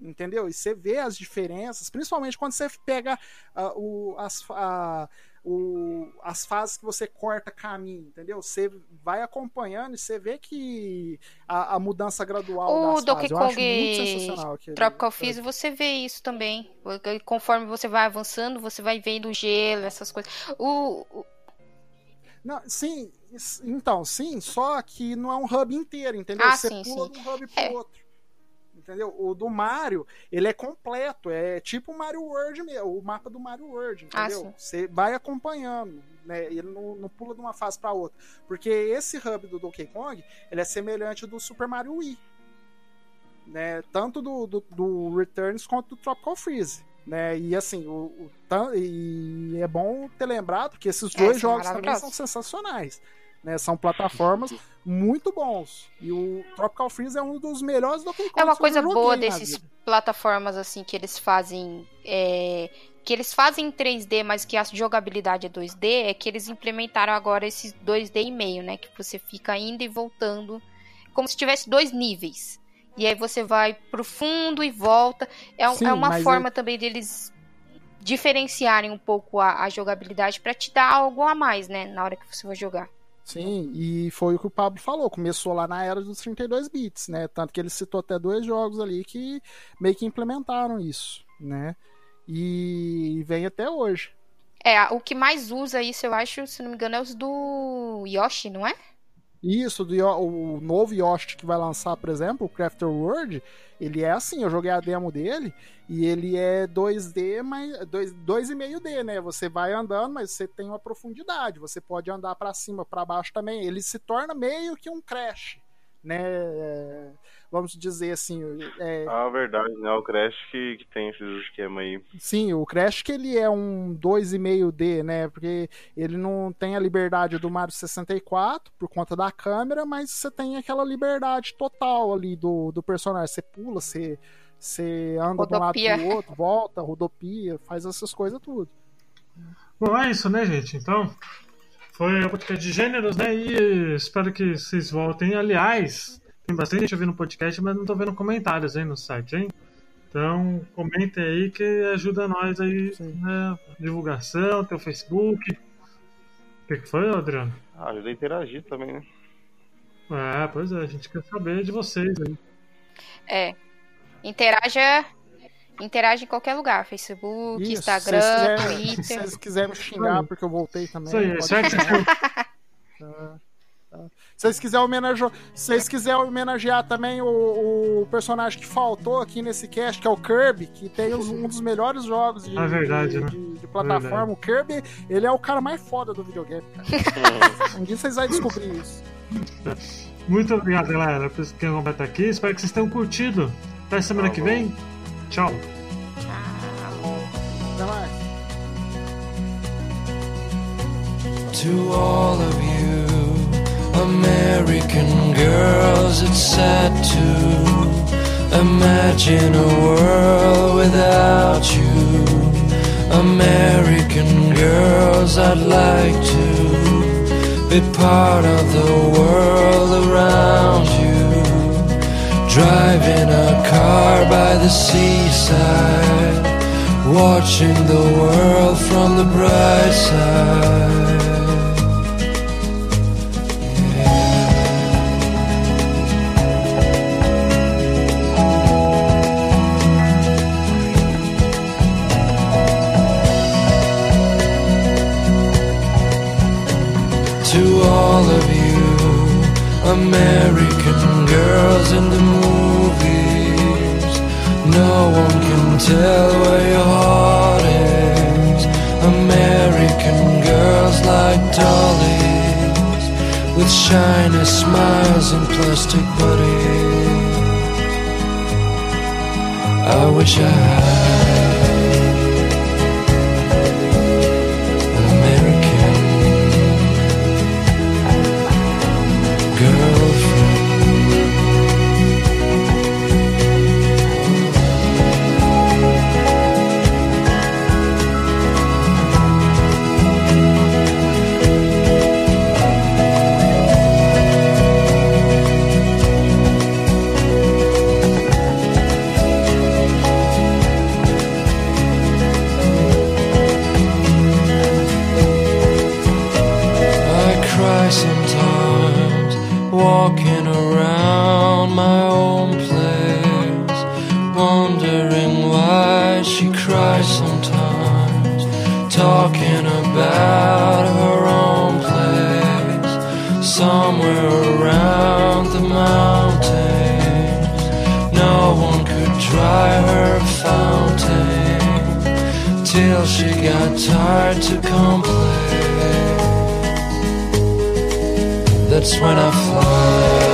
entendeu? E você vê as diferenças, principalmente quando você pega uh, o, as, uh, o, as fases que você corta caminho, entendeu? Você vai acompanhando e você vê que a, a mudança gradual O das Donkey fases, eu acho Kong muito sensacional. aquele- Tropical Freeze, você vê isso também. Conforme você vai avançando, você vai vendo o gelo, essas coisas. O, o- Não, sim, is- então, sim, só que não é um hub inteiro, entendeu? Ah, Você sim, pula sim. de um hub pro É. outro. Entendeu? O do Mario, ele é completo, é tipo o Mario World mesmo, o mapa do Mario World, Ah, entendeu? sim. Você vai acompanhando, né? Ele não, não pula de uma fase para outra. Porque esse hub do Donkey Kong, ele é semelhante do Super Mario Wii. Né? Tanto do, do, do Returns quanto do Tropical Freeze. Né? E assim, o, o, tan- e é bom ter lembrado que esses É, dois são jogos também maravilhosos. são sensacionais. Né? São plataformas muito bons. E o Tropical Freeze é um dos melhores Donkey Kong É uma que eu já coisa boa joguei na desses vida. plataformas assim que eles fazem. é, que eles fazem em três D, mas que a jogabilidade é dois D, é que eles implementaram agora esses dois D e meio, né? Que você fica indo e voltando, como se tivesse dois níveis. E aí você vai pro fundo e volta. É, um- Sim, é uma mas forma também deles diferenciarem um pouco a, a jogabilidade pra te dar algo a mais, né? Na hora que você vai jogar. Sim, e foi o que o Pablo falou, começou lá na era dos trinta e dois bits, né? Tanto que ele citou até dois jogos ali que meio que implementaram isso, né? E vem até hoje. É, a- o que mais usa isso, eu acho, se não me engano, é os do Yoshi, não é? Isso, do Yo- o novo Yoshi que vai lançar, por exemplo, o Crafter World, ele é assim, eu joguei a demo dele e ele é dois D, mas dois, dois e meio D, né? Você vai andando, mas você tem uma profundidade, você pode andar pra cima, pra baixo também. Ele se torna meio que um Crash, né? É, vamos dizer assim, é, Ah, verdade, né? O Crash que, que tem esses esquemas aí. sim, o Crash que ele é um dois e meio D, né? Porque ele não tem a liberdade do Mario sessenta e quatro por conta da câmera, mas você tem aquela liberdade total ali do, do personagem. Você pula, você, você anda de um lado Rodopia. pro outro, volta, rodopia, faz essas coisas tudo. Bom, é isso, né, gente? Então, foi a podcast de gêneros, né? E espero que vocês voltem. Aliás, tem bastante gente ouvindo o podcast, mas não tô vendo comentários aí no site, hein? Então, comentem aí que ajuda nós aí, Sim. né? Divulgação, teu Facebook. O que que foi, Adriano? Ah, ajuda a interagir também, né? É, pois é, a gente quer saber de vocês aí. É. Interaja. Interage em qualquer lugar. Facebook, Isso, Instagram, se vocês quiserem- Se Twitter. vocês quiserem me xingar Aí. porque eu voltei também. Isso aí, pode certo? xingar. Tá, tá. Se vocês quiserem homenagear, se vocês quiserem homenagear também o, o personagem que faltou aqui nesse cast, que é o Kirby, que tem os- um dos melhores jogos de, É verdade, de, né? de- de plataforma. O Kirby, ele é o cara mais foda do videogame, cara. Um dia vocês vão descobrir isso. Muito obrigado, galera, por quem acompanha aqui. Espero que vocês tenham curtido. Até semana Tá que bom. vem. Tchau. Até mais. To all of you American girls, it's sad to imagine a world without you. American girls, I'd like to be part of the world around you. Driving a car by the seaside, watching the world from the bright side. To all of you American girls in the movies, no one can tell where your heart is. American girls like dollies, with shiny smiles and plastic bodies. I wish I had an American girlfriend. wondering why she cries sometimes, talking about her own place, somewhere around the mountains. No one could dry her fountain till she got tired to complain. That's when I fly